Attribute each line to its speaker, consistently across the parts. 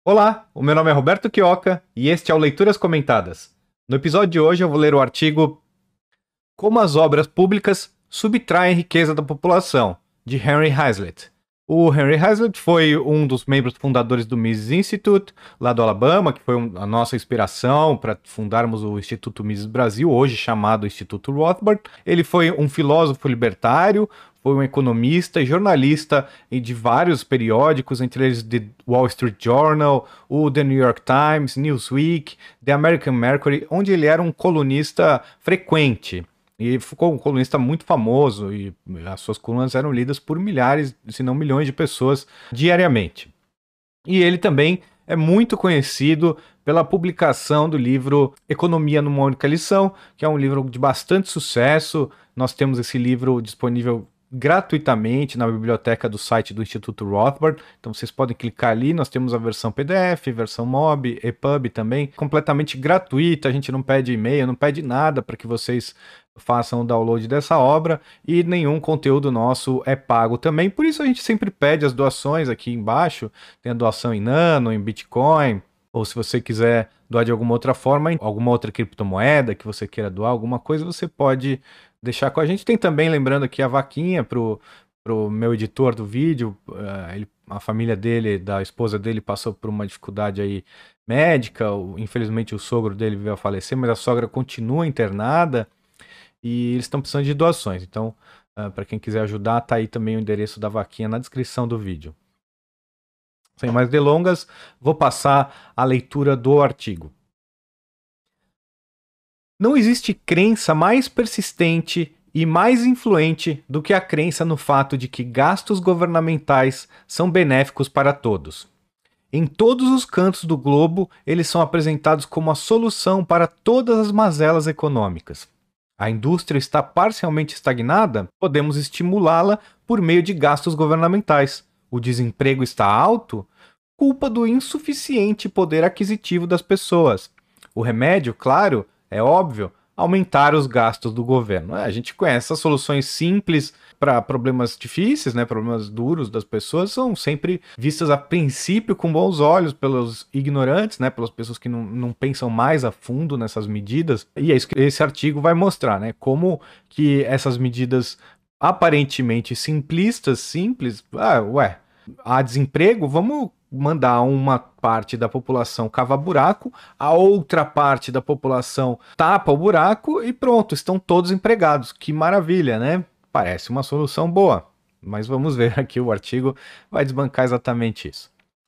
Speaker 1: Olá, o meu nome é Roberto Quioca e este é o Leituras Comentadas. No episódio de hoje eu vou ler o artigo Como as obras públicas subtraem riqueza da população, de Henry Hazlitt. O Henry Hazlitt foi um dos membros fundadores do Mises Institute, lá do Alabama, que foi a nossa inspiração para fundarmos o Instituto Mises Brasil, hoje chamado Instituto Rothbard. Ele foi um filósofo libertário, foi um economista e jornalista de vários periódicos, entre eles The Wall Street Journal, o The New York Times, Newsweek, The American Mercury, onde ele era um colunista frequente. E ficou um colunista muito famoso e as suas colunas eram lidas por milhares, se não milhões de pessoas diariamente. E ele também é muito conhecido pela publicação do livro Economia numa Única Lição, que é um livro de bastante sucesso. Nós temos esse livro disponível gratuitamente na biblioteca do site do Instituto Rothbard, então vocês podem clicar ali, nós temos a versão PDF, versão MOB, EPUB também, completamente gratuita, a gente não pede e-mail, não pede nada para que vocês façam o download dessa obra e nenhum conteúdo nosso é pago também, por isso a gente sempre pede as doações aqui embaixo, tem a doação em Nano, em Bitcoin, ou se você quiser doar de alguma outra forma, alguma outra criptomoeda que você queira doar, alguma coisa, você pode deixar com a gente. Tem também, lembrando aqui, a vaquinha pro meu editor do vídeo, a família dele, da esposa dele, passou por uma dificuldade aí médica, infelizmente o sogro dele veio a falecer, mas a sogra continua internada e eles estão precisando de doações, então para quem quiser ajudar, tá aí também o endereço da vaquinha na descrição do vídeo. Sem mais delongas, vou passar a leitura do artigo. Não existe crença mais persistente e mais influente do que a crença no fato de que gastos governamentais são benéficos para todos. Em todos os cantos do globo, eles são apresentados como a solução para todas as mazelas econômicas. A indústria está parcialmente estagnada? Podemos estimulá-la por meio de gastos governamentais. O desemprego está alto? Culpa do insuficiente poder aquisitivo das pessoas. O remédio, claro, é óbvio, aumentar os gastos do governo. A gente conhece essas soluções simples para problemas difíceis, né, problemas duros das pessoas, são sempre vistas a princípio com bons olhos pelos ignorantes, né, pelas pessoas que não pensam mais a fundo nessas medidas. E é isso que esse artigo vai mostrar, né, como que essas medidas aparentemente simples, há desemprego, vamos mandar uma parte da população cavar buraco, a outra parte da população tapa o buraco e pronto, estão todos empregados. Que maravilha, né? Parece uma solução boa, mas vamos ver aqui, o artigo vai desbancar exatamente isso.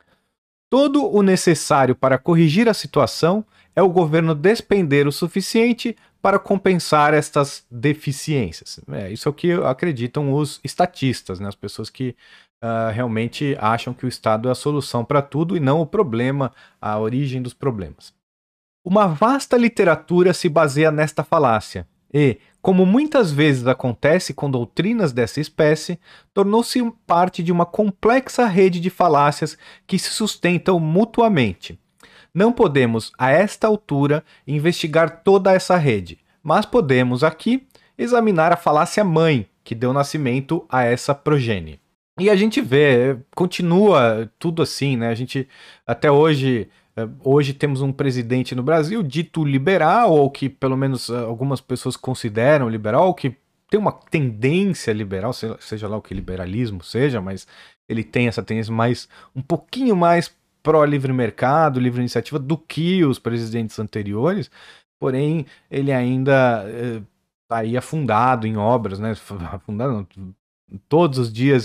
Speaker 1: Todo o necessário para corrigir a situação é o governo despender o suficiente para compensar estas deficiências. Isso é o que acreditam os estatistas, né? As pessoas que realmente acham que o Estado é a solução para tudo e não o problema, a origem dos problemas. Uma vasta literatura se baseia nesta falácia e, como muitas vezes acontece com doutrinas dessa espécie, tornou-se parte de uma complexa rede de falácias que se sustentam mutuamente. Não podemos, a esta altura, investigar toda essa rede, mas podemos aqui examinar a falácia mãe que deu nascimento a essa progênie. E a gente vê, continua tudo assim, né? A gente, até hoje temos um presidente no Brasil dito liberal, ou que pelo menos algumas pessoas consideram liberal, ou que tem uma tendência liberal, seja lá o que liberalismo seja, mas ele tem essa tendência um pouquinho mais pró-livre mercado, livre iniciativa do que os presidentes anteriores, porém ele ainda está aí afundado em obras, né? Afundado, todos os dias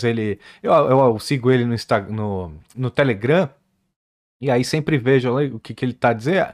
Speaker 1: eu sigo ele no Telegram, e aí sempre vejo o que ele está dizendo.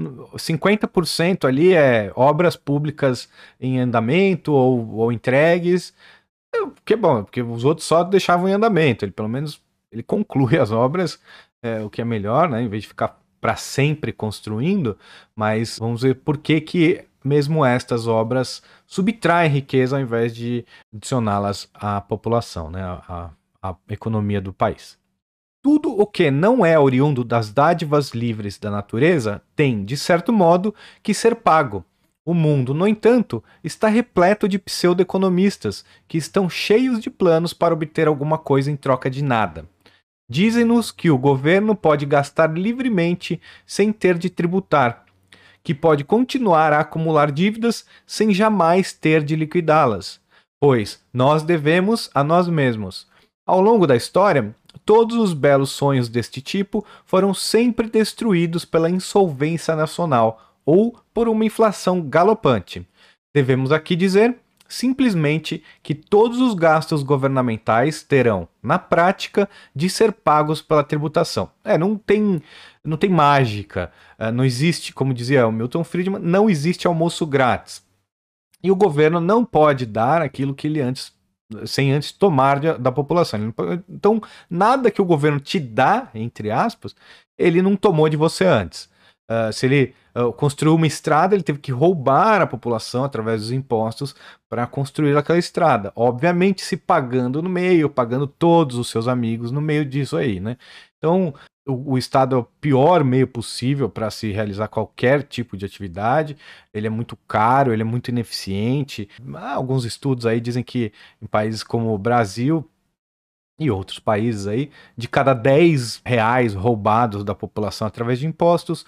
Speaker 1: 50% ali é obras públicas em andamento ou entregues, que é bom, porque os outros só deixavam em andamento, ele pelo menos ele conclui as obras, o que é melhor, né, em vez de ficar para sempre construindo, mas vamos ver por que mesmo estas obras subtraem riqueza ao invés de adicioná-las à população, né, à economia do país. Tudo o que não é oriundo das dádivas livres da natureza tem, de certo modo, que ser pago. O mundo, no entanto, está repleto de pseudo-economistas que estão cheios de planos para obter alguma coisa em troca de nada. Dizem-nos que o governo pode gastar livremente sem ter de tributar, que pode continuar a acumular dívidas sem jamais ter de liquidá-las, pois nós devemos a nós mesmos. Ao longo da história, todos os belos sonhos deste tipo foram sempre destruídos pela insolvência nacional ou por uma inflação galopante. Devemos aqui dizer simplesmente que todos os gastos governamentais terão, na prática, de ser pagos pela tributação. Não tem mágica, não existe, como dizia o Milton Friedman, não existe almoço grátis. E o governo não pode dar aquilo que ele sem antes tomar da população. Então, nada que o governo te dá, entre aspas, ele não tomou de você antes. Se ele construiu uma estrada, ele teve que roubar a população através dos impostos para construir aquela estrada. Obviamente, se pagando no meio, pagando todos os seus amigos no meio disso aí, né? Então, o Estado é o pior meio possível para se realizar qualquer tipo de atividade. Ele é muito caro, ele é muito ineficiente. Alguns estudos aí dizem que em países como o Brasil e outros países aí, de cada 10 reais roubados da população através de impostos,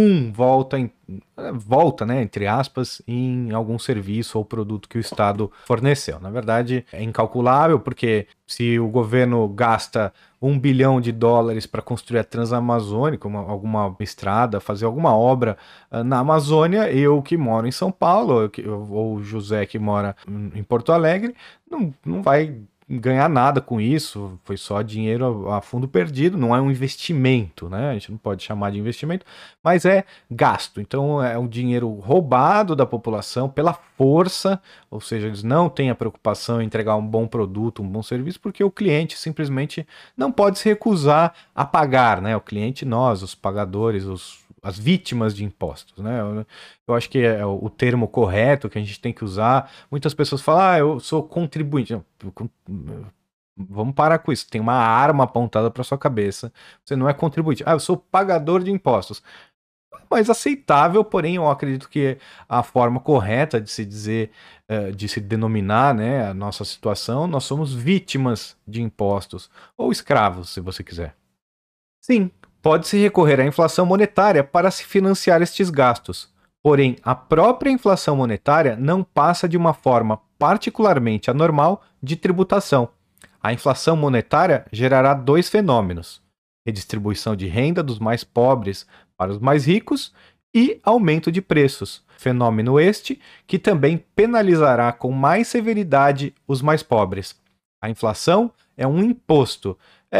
Speaker 1: volta, né, entre aspas, em algum serviço ou produto que o Estado forneceu. Na verdade, é incalculável, porque se o governo gasta $1 bilhão para construir a Transamazônica, alguma estrada, fazer alguma obra na Amazônia, eu que moro em São Paulo, ou o José que mora em Porto Alegre, não vai ganhar nada com isso, foi só dinheiro a fundo perdido, não é um investimento, né? A gente não pode chamar de investimento, mas é gasto. Então é um dinheiro roubado da população pela força, ou seja, eles não têm a preocupação em entregar um bom produto, um bom serviço, porque o cliente simplesmente não pode se recusar a pagar, né? O cliente, nós, os pagadores, as vítimas de impostos, né? Eu acho que é o termo correto que a gente tem que usar. Muitas pessoas falam, eu sou contribuinte. Vamos parar com isso. Tem uma arma apontada para sua cabeça. Você não é contribuinte. Eu sou pagador de impostos. Mas aceitável, porém, eu acredito que a forma correta de se dizer, de se denominar, né, a nossa situação, nós somos vítimas de impostos. Ou escravos, se você quiser. Sim, pode-se recorrer à inflação monetária para se financiar estes gastos. Porém, a própria inflação monetária não passa de uma forma particularmente anormal de tributação. A inflação monetária gerará dois fenômenos: redistribuição de renda dos mais pobres para os mais ricos e aumento de preços. Fenômeno este que também penalizará com mais severidade os mais pobres. A inflação é um imposto.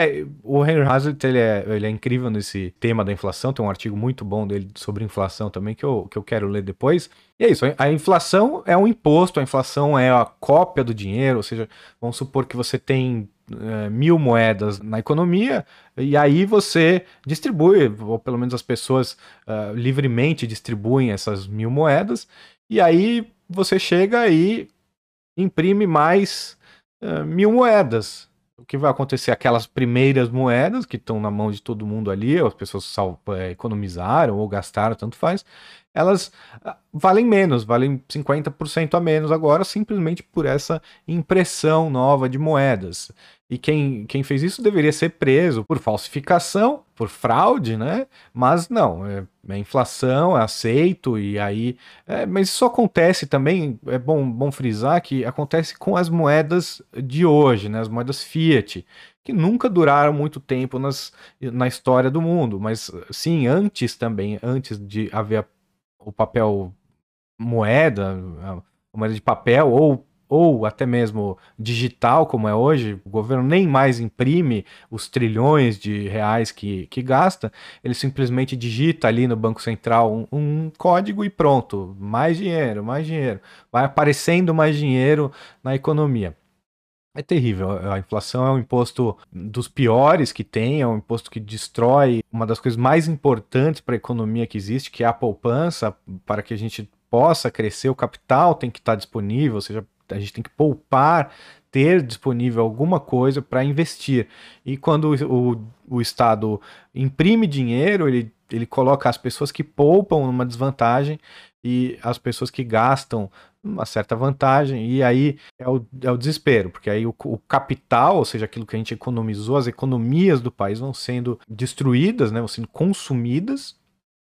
Speaker 1: O Henry Hazlitt ele é incrível nesse tema da inflação, tem um artigo muito bom dele sobre inflação também que eu quero ler depois. E é isso, a inflação é um imposto, a inflação é a cópia do dinheiro, ou seja, vamos supor que você tem 1.000 moedas na economia, e aí você distribui, ou pelo menos as pessoas livremente distribuem essas 1.000 moedas, e aí você chega e imprime mais 1.000 moedas. O que vai acontecer? Aquelas primeiras moedas que estão na mão de todo mundo ali, as pessoas economizaram ou gastaram, tanto faz, elas valem menos, valem 50% a menos agora, simplesmente por essa impressão nova de moedas. E quem fez isso deveria ser preso por falsificação, por fraude, né? Mas não, é inflação, é aceito, e aí. Mas isso acontece também, é bom frisar que acontece com as moedas de hoje, né? As moedas Fiat, que nunca duraram muito tempo na história do mundo, mas sim, antes também, antes de haver o papel moeda, a moeda de papel, ou até mesmo digital, como é hoje, o governo nem mais imprime os trilhões de reais que gasta, ele simplesmente digita ali no Banco Central um código e pronto, mais dinheiro, vai aparecendo mais dinheiro na economia. É terrível, a inflação é um imposto dos piores que tem, é um imposto que destrói uma das coisas mais importantes para a economia que existe, que é a poupança, para que a gente possa crescer, o capital tem que estar disponível, ou seja, a gente tem que poupar, ter disponível alguma coisa para investir. E quando o Estado imprime dinheiro, ele coloca as pessoas que poupam numa desvantagem e as pessoas que gastam uma certa vantagem, e aí é o desespero, porque aí o capital, ou seja, aquilo que a gente economizou, as economias do país vão sendo destruídas, né, vão sendo consumidas,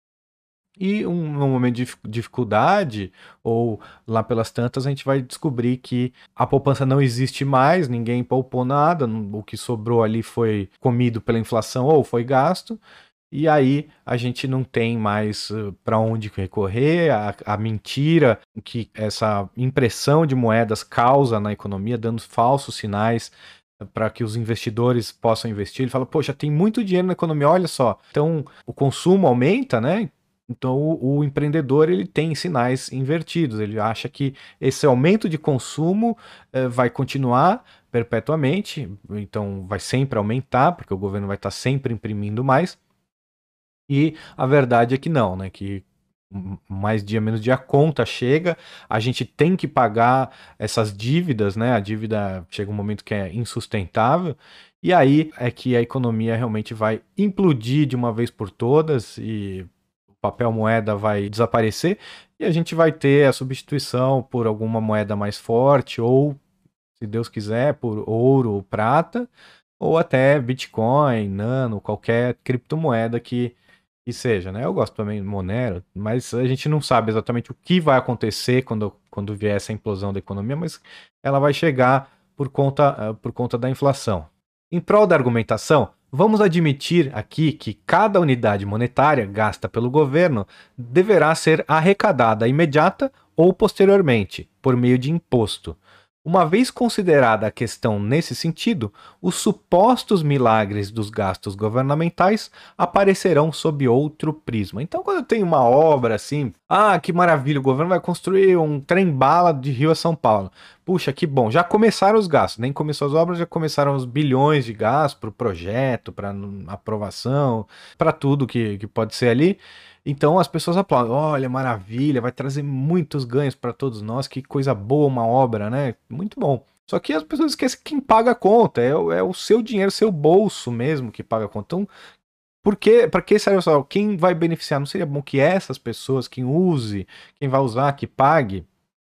Speaker 1: e num momento de dificuldade, ou lá pelas tantas, a gente vai descobrir que a poupança não existe mais, ninguém poupou nada, o que sobrou ali foi comido pela inflação ou foi gasto, e aí a gente não tem mais para onde recorrer, a mentira que essa impressão de moedas causa na economia, dando falsos sinais para que os investidores possam investir. Ele fala, poxa, tem muito dinheiro na economia, olha só. Então o consumo aumenta, né? Então o empreendedor ele tem sinais invertidos. Ele acha que esse aumento de consumo vai continuar perpetuamente, então vai sempre aumentar, porque o governo vai estar sempre imprimindo mais. E a verdade é que não, né? Que mais dia menos dia a conta chega, a gente tem que pagar essas dívidas, né? A dívida chega um momento que é insustentável, e aí é que a economia realmente vai implodir de uma vez por todas e o papel moeda vai desaparecer e a gente vai ter a substituição por alguma moeda mais forte ou, se Deus quiser, por ouro ou prata, ou até Bitcoin, Nano, qualquer criptomoeda que seja, né? Eu gosto também do Monero, mas a gente não sabe exatamente o que vai acontecer quando vier essa implosão da economia, mas ela vai chegar por conta da inflação. Em prol da argumentação, vamos admitir aqui que cada unidade monetária gasta pelo governo deverá ser arrecadada imediata ou posteriormente, por meio de imposto. Uma vez considerada a questão nesse sentido, os supostos milagres dos gastos governamentais aparecerão sob outro prisma. Então, quando eu tenho uma obra assim, que maravilha, o governo vai construir um trem-bala de Rio a São Paulo. Puxa, que bom, já começaram os gastos, nem começou as obras, já começaram os bilhões de gastos para o projeto, para aprovação, para tudo que pode ser ali. Então as pessoas aplaudem, olha, maravilha, vai trazer muitos ganhos para todos nós, que coisa boa uma obra, né? Muito bom. Só que as pessoas esquecem quem paga a conta, é o seu dinheiro, seu bolso mesmo que paga a conta. Então, para que serve só? Quem vai beneficiar? Não seria bom que essas pessoas, quem use, quem vai usar, que pague?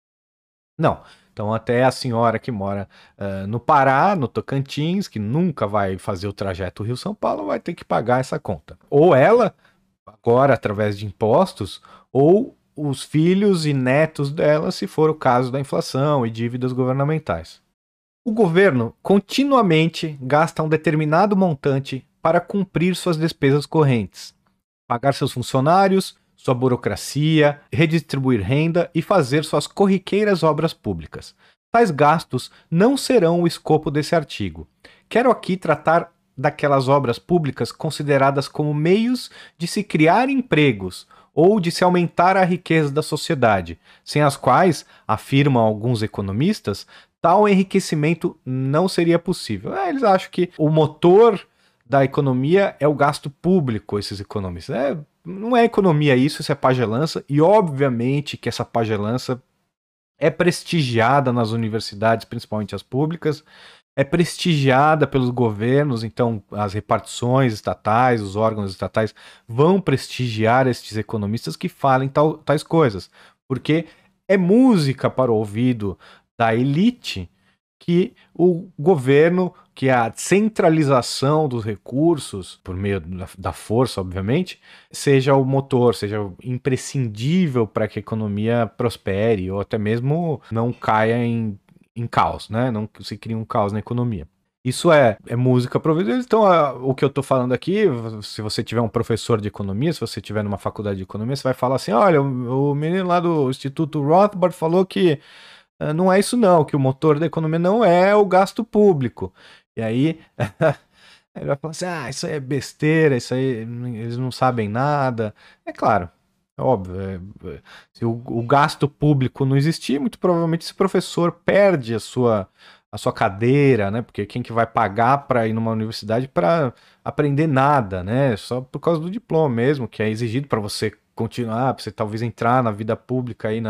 Speaker 1: Não. Então, até a senhora que mora no Pará, no Tocantins, que nunca vai fazer o trajeto Rio-São Paulo, vai ter que pagar essa conta. Ou ela agora através de impostos, ou os filhos e netos dela, se for o caso da inflação e dívidas governamentais. O governo continuamente gasta um determinado montante para cumprir suas despesas correntes, pagar seus funcionários, sua burocracia, redistribuir renda e fazer suas corriqueiras obras públicas. Tais gastos não serão o escopo desse artigo. Quero aqui tratar daquelas obras públicas consideradas como meios de se criar empregos ou de se aumentar a riqueza da sociedade, sem as quais, afirmam alguns economistas, tal enriquecimento não seria possível. Eles acham que o motor da economia é o gasto público, esses economistas. Não é economia isso é pagelança, e obviamente que essa pagelança é prestigiada nas universidades, principalmente as públicas, é prestigiada pelos governos, então as repartições estatais, os órgãos estatais vão prestigiar estes economistas que falem tais coisas, porque é música para o ouvido da elite que o governo, que a centralização dos recursos, por meio da força, obviamente, seja o motor, seja imprescindível para que a economia prospere ou até mesmo não caia em caos, né? Não se cria um caos na economia. Isso é música para ouvido. Então, o que eu estou falando aqui, se você tiver um professor de economia, se você tiver numa faculdade de economia, você vai falar assim, olha, o menino lá do Instituto Rothbard falou que não é isso não, que o motor da economia não é o gasto público. E aí ele vai falar assim, isso aí é besteira, isso aí eles não sabem nada. É claro, é óbvio, se o gasto público não existir, muito provavelmente esse professor perde a sua cadeira, né? Porque quem que vai pagar para ir numa universidade para aprender nada, né? Só por causa do diploma mesmo, que é exigido para você continuar, para você talvez entrar na vida pública aí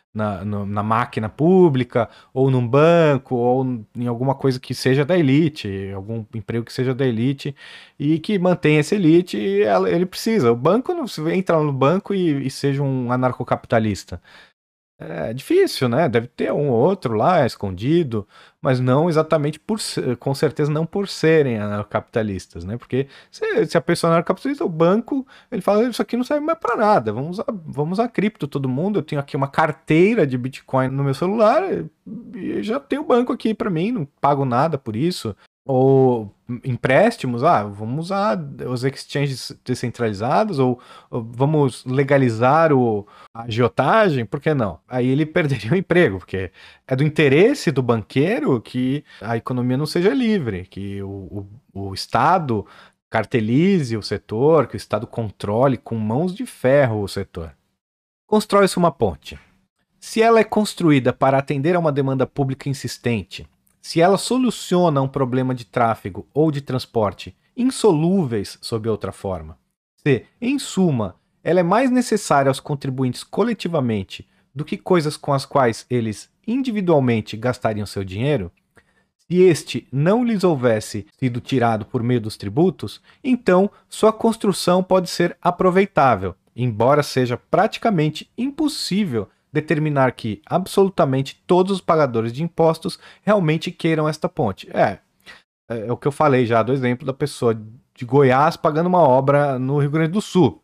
Speaker 1: na máquina pública, ou num banco, ou em alguma coisa que seja da elite, algum emprego que seja da elite, e que mantenha essa elite, e ele precisa. O banco, não, você entra no banco e seja um anarcocapitalista. É difícil, né? Deve ter um ou outro lá escondido, mas não exatamente com certeza não por serem anarcapitalistas, né? Porque se a pessoa é anarcapitalista, o banco, ele fala, isso aqui não serve mais para nada, vamos usar cripto todo mundo, eu tenho aqui uma carteira de Bitcoin no meu celular e já tenho o banco aqui para mim, não pago nada por isso. Ou empréstimos, vamos usar os exchanges descentralizados, ou vamos legalizar a agiotagem, por que não? Aí ele perderia o emprego, porque é do interesse do banqueiro que a economia não seja livre, que o Estado cartelize o setor, que o Estado controle com mãos de ferro o setor. Constrói-se uma ponte. Se ela é construída para atender a uma demanda pública insistente, se ela soluciona um problema de tráfego ou de transporte insolúveis sob outra forma, se, em suma, ela é mais necessária aos contribuintes coletivamente do que coisas com as quais eles individualmente gastariam seu dinheiro, se este não lhes houvesse sido tirado por meio dos tributos, então sua construção pode ser aproveitável, embora seja praticamente impossível determinar que absolutamente todos os pagadores de impostos realmente queiram esta ponte. É o que eu falei já do exemplo da pessoa de Goiás pagando uma obra no Rio Grande do Sul.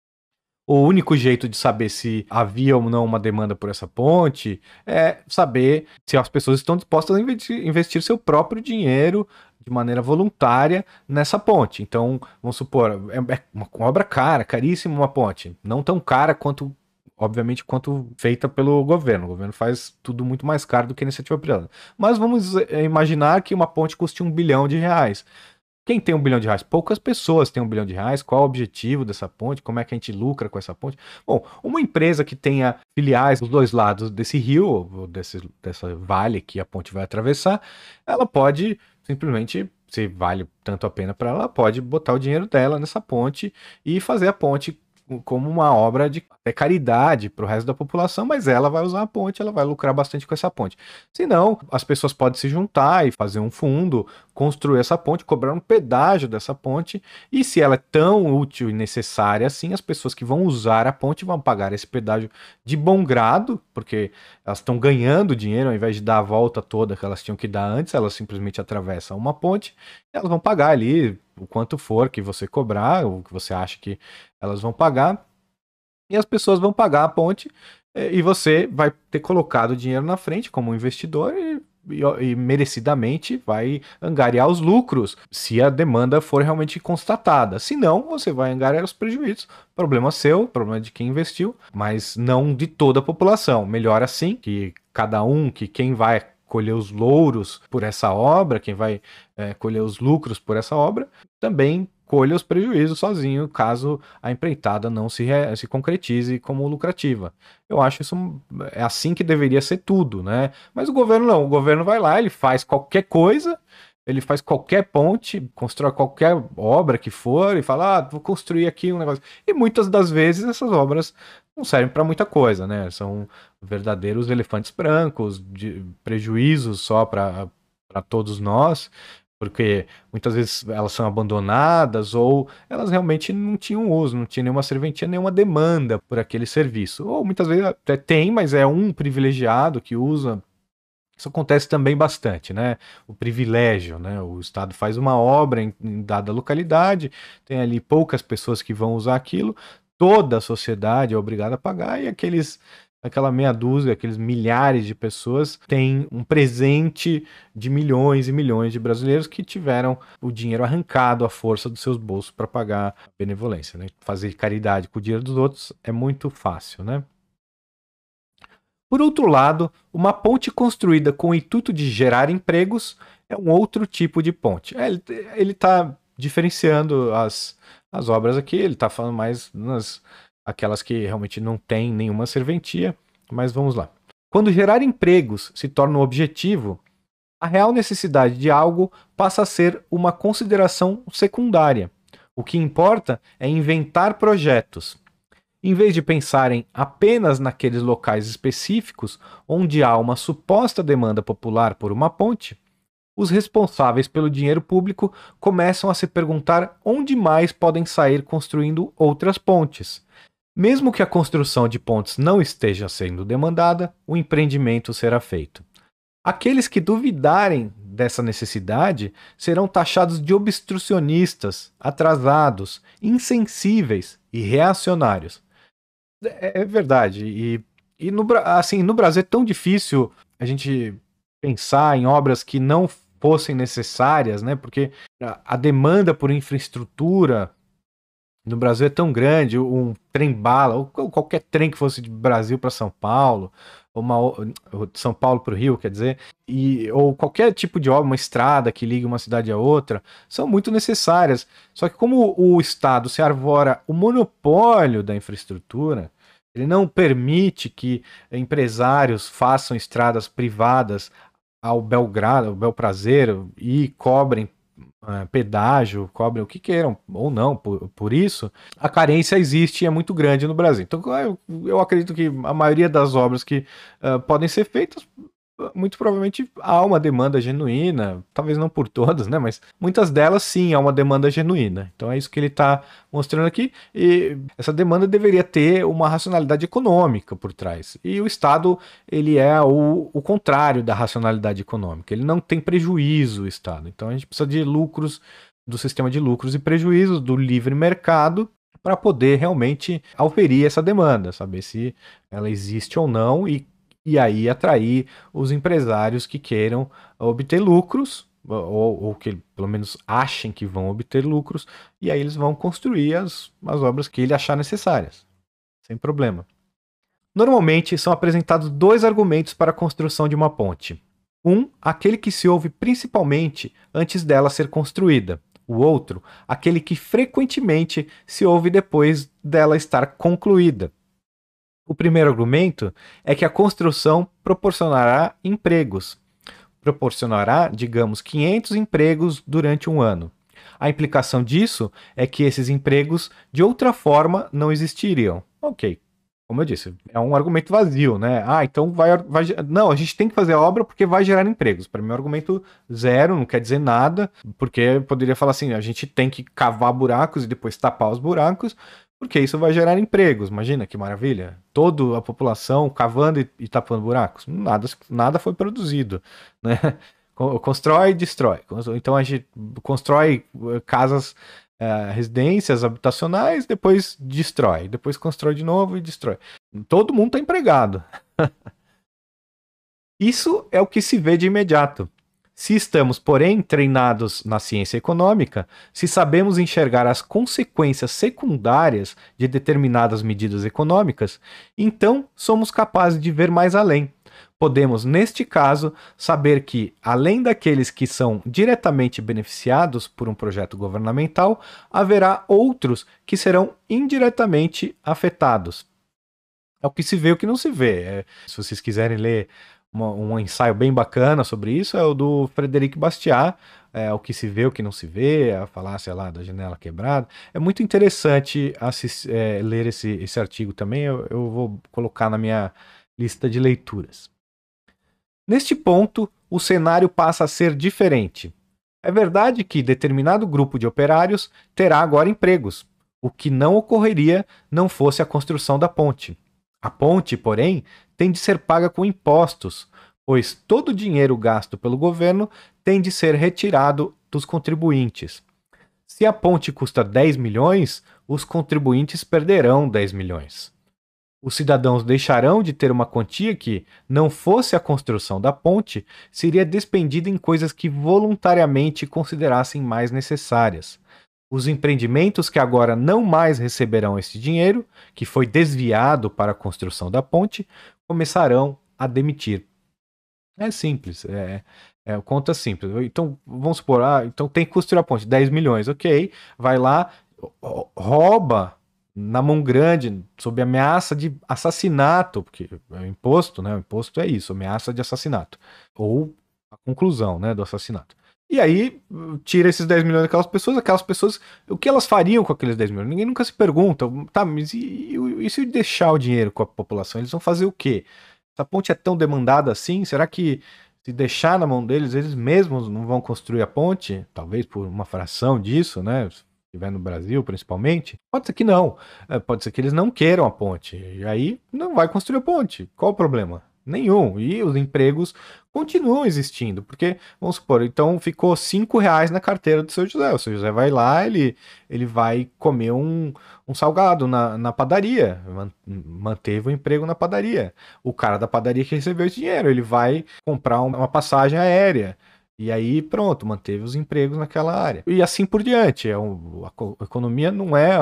Speaker 1: O único jeito de saber se havia ou não uma demanda por essa ponte é saber se as pessoas estão dispostas a investir seu próprio dinheiro de maneira voluntária nessa ponte. Então, vamos supor, é uma obra cara, caríssima uma ponte. Não tão cara quanto, obviamente, quanto feita pelo governo. O governo faz tudo muito mais caro do que a iniciativa privada. Mas vamos imaginar que uma ponte custe R$1 bilhão. Quem tem R$1 bilhão? Poucas pessoas têm R$1 bilhão. Qual o objetivo dessa ponte? Como é que a gente lucra com essa ponte? Bom, uma empresa que tenha filiais dos dois lados desse rio, ou dessa vale que a ponte vai atravessar, ela pode simplesmente, se vale tanto a pena para ela, pode botar o dinheiro dela nessa ponte e fazer a ponte como uma obra de caridade para o resto da população, mas ela vai usar a ponte, ela vai lucrar bastante com essa ponte. Se não, as pessoas podem se juntar e fazer um fundo, construir essa ponte, cobrar um pedágio dessa ponte, e se ela é tão útil e necessária assim, as pessoas que vão usar a ponte vão pagar esse pedágio de bom grado, porque elas estão ganhando dinheiro ao invés de dar a volta toda que elas tinham que dar antes, elas simplesmente atravessam uma ponte, e elas vão pagar ali o quanto for que você cobrar, o que você acha que elas vão pagar, e as pessoas vão pagar a ponte, e você vai ter colocado o dinheiro na frente como investidor e merecidamente vai angariar os lucros se a demanda for realmente constatada. Se não, você vai angariar os prejuízos. Problema seu, problema de quem investiu, mas não de toda a população. Melhor assim, que quem vai colher os louros por essa obra, quem vai colher os lucros por essa obra, também colha os prejuízos sozinho, caso a empreitada não se concretize como lucrativa. Eu acho isso é assim que deveria ser tudo, né? Mas o governo não, o governo vai lá, ele faz qualquer coisa, ele faz qualquer ponte, constrói qualquer obra que for e fala, vou construir aqui um negócio. E muitas das vezes essas obras não servem para muita coisa, né? São verdadeiros elefantes brancos, de prejuízos só para todos nós, porque muitas vezes elas são abandonadas ou elas realmente não tinham uso, não tinha nenhuma serventia, nenhuma demanda por aquele serviço. Ou muitas vezes até tem, mas é um privilegiado que usa. Isso acontece também bastante, né? O privilégio, né? O Estado faz uma obra em dada localidade, tem ali poucas pessoas que vão usar aquilo, toda a sociedade é obrigada a pagar e aquela meia dúzia, aqueles milhares de pessoas têm um presente de milhões e milhões de brasileiros que tiveram o dinheiro arrancado à força dos seus bolsos para pagar a benevolência, né? Fazer caridade com o dinheiro dos outros é muito fácil, né? Por outro lado, uma ponte construída com o intuito de gerar empregos é um outro tipo de ponte. Ele está diferenciando as obras aqui, ele está falando mais aquelas que realmente não têm nenhuma serventia, mas vamos lá. Quando gerar empregos se torna um objetivo, a real necessidade de algo passa a ser uma consideração secundária. O que importa é inventar projetos. Em vez de pensarem apenas naqueles locais específicos onde há uma suposta demanda popular por uma ponte, os responsáveis pelo dinheiro público começam a se perguntar onde mais podem sair construindo outras pontes. Mesmo que a construção de pontes não esteja sendo demandada, o empreendimento será feito. Aqueles que duvidarem dessa necessidade serão taxados de obstrucionistas, atrasados, insensíveis e reacionários. É verdade. E assim, no Brasil é tão difícil a gente pensar em obras que não fossem necessárias, né? Porque a demanda por infraestrutura no Brasil é tão grande, um trem-bala, ou qualquer trem que fosse de Brasil para São Paulo, ou de São Paulo para o Rio, quer dizer, ou qualquer tipo de obra, uma estrada que ligue uma cidade a outra, são muito necessárias. Só que como o Estado se arvora o monopólio da infraestrutura, ele não permite que empresários façam estradas privadas ao bel grado, ao bel prazer e cobrem pedágio, cobrem o que queiram, ou não, por isso, a carência existe e é muito grande no Brasil. Então, eu acredito que a maioria das obras que podem ser feitas, muito provavelmente há uma demanda genuína, talvez não por todas, né? Mas muitas delas sim há uma demanda genuína. Então é isso que ele está mostrando aqui. E essa demanda deveria ter uma racionalidade econômica por trás. E o Estado, ele é o contrário da racionalidade econômica. Ele não tem prejuízo, o Estado. Então a gente precisa de lucros, do sistema de lucros e prejuízos, do livre mercado, para poder realmente auferir essa demanda, saber se ela existe ou não e aí atrair os empresários que queiram obter lucros, ou que pelo menos achem que vão obter lucros, e aí eles vão construir as obras que ele achar necessárias, sem problema. Normalmente são apresentados dois argumentos para a construção de uma ponte. Um, aquele que se ouve principalmente antes dela ser construída. O outro, aquele que frequentemente se ouve depois dela estar concluída. O primeiro argumento é que a construção proporcionará empregos. Proporcionará, digamos, 500 empregos durante um ano. A implicação disso é que esses empregos, de outra forma, não existiriam. Ok, como eu disse, é um argumento vazio, né? Então não, a gente tem que fazer a obra porque vai gerar empregos. Para mim, é um argumento zero, não quer dizer nada, porque poderia falar assim: a gente tem que cavar buracos e depois tapar os buracos, porque isso vai gerar empregos. Imagina que maravilha. Toda a população cavando e tapando buracos. Nada foi produzido, né? Constrói e destrói. Então a gente constrói casas, residências habitacionais, depois destrói. Depois constrói de novo e destrói. Todo mundo está empregado. Isso é o que se vê de imediato. Se estamos, porém, treinados na ciência econômica, se sabemos enxergar as consequências secundárias de determinadas medidas econômicas, então somos capazes de ver mais além. Podemos, neste caso, saber que, além daqueles que são diretamente beneficiados por um projeto governamental, haverá outros que serão indiretamente afetados. É o que se vê e o que não se vê. Se vocês quiserem ler um ensaio bem bacana sobre isso, é o do Frederic Bastiat, o que se vê, o que não se vê, a falácia lá da janela quebrada. É muito interessante ler esse artigo também, eu vou colocar na minha lista de leituras. Neste ponto, o cenário passa a ser diferente. É verdade que determinado grupo de operários terá agora empregos, o que não ocorreria não fosse a construção da ponte. A ponte, porém, tem de ser paga com impostos, pois todo o dinheiro gasto pelo governo tem de ser retirado dos contribuintes. Se a ponte custa 10 milhões, os contribuintes perderão 10 milhões. Os cidadãos deixarão de ter uma quantia que, não fosse a construção da ponte, seria despendida em coisas que voluntariamente considerassem mais necessárias. Os empreendimentos que agora não mais receberão esse dinheiro, que foi desviado para a construção da ponte, começarão a demitir. É simples, conta simples. Então, vamos supor, então tem que construir a ponte, 10 milhões, ok, vai lá, rouba na mão grande, sob ameaça de assassinato, porque é o imposto, né? O imposto é isso, ameaça de assassinato, ou a conclusão, né, do assassinato. E aí, tira esses 10 milhões daquelas pessoas, o que elas fariam com aqueles 10 milhões? Ninguém nunca se pergunta, tá, mas e se deixar o dinheiro com a população? Eles vão fazer o quê? Essa ponte é tão demandada assim? Será que se deixar na mão deles, eles mesmos não vão construir a ponte? Talvez por uma fração disso, né? estiver no Brasil, principalmente, pode ser que não. Pode ser que eles não queiram a ponte. E aí não vai construir a ponte. Qual o problema? Nenhum. E os empregos continuam existindo. Porque, vamos supor, então ficou R$ 5 na carteira do seu José. O seu José vai lá, ele vai comer um salgado na padaria. Manteve o emprego na padaria. O cara da padaria que recebeu esse dinheiro, ele vai comprar uma passagem aérea. E aí, pronto, manteve os empregos naquela área. E assim por diante. A economia não é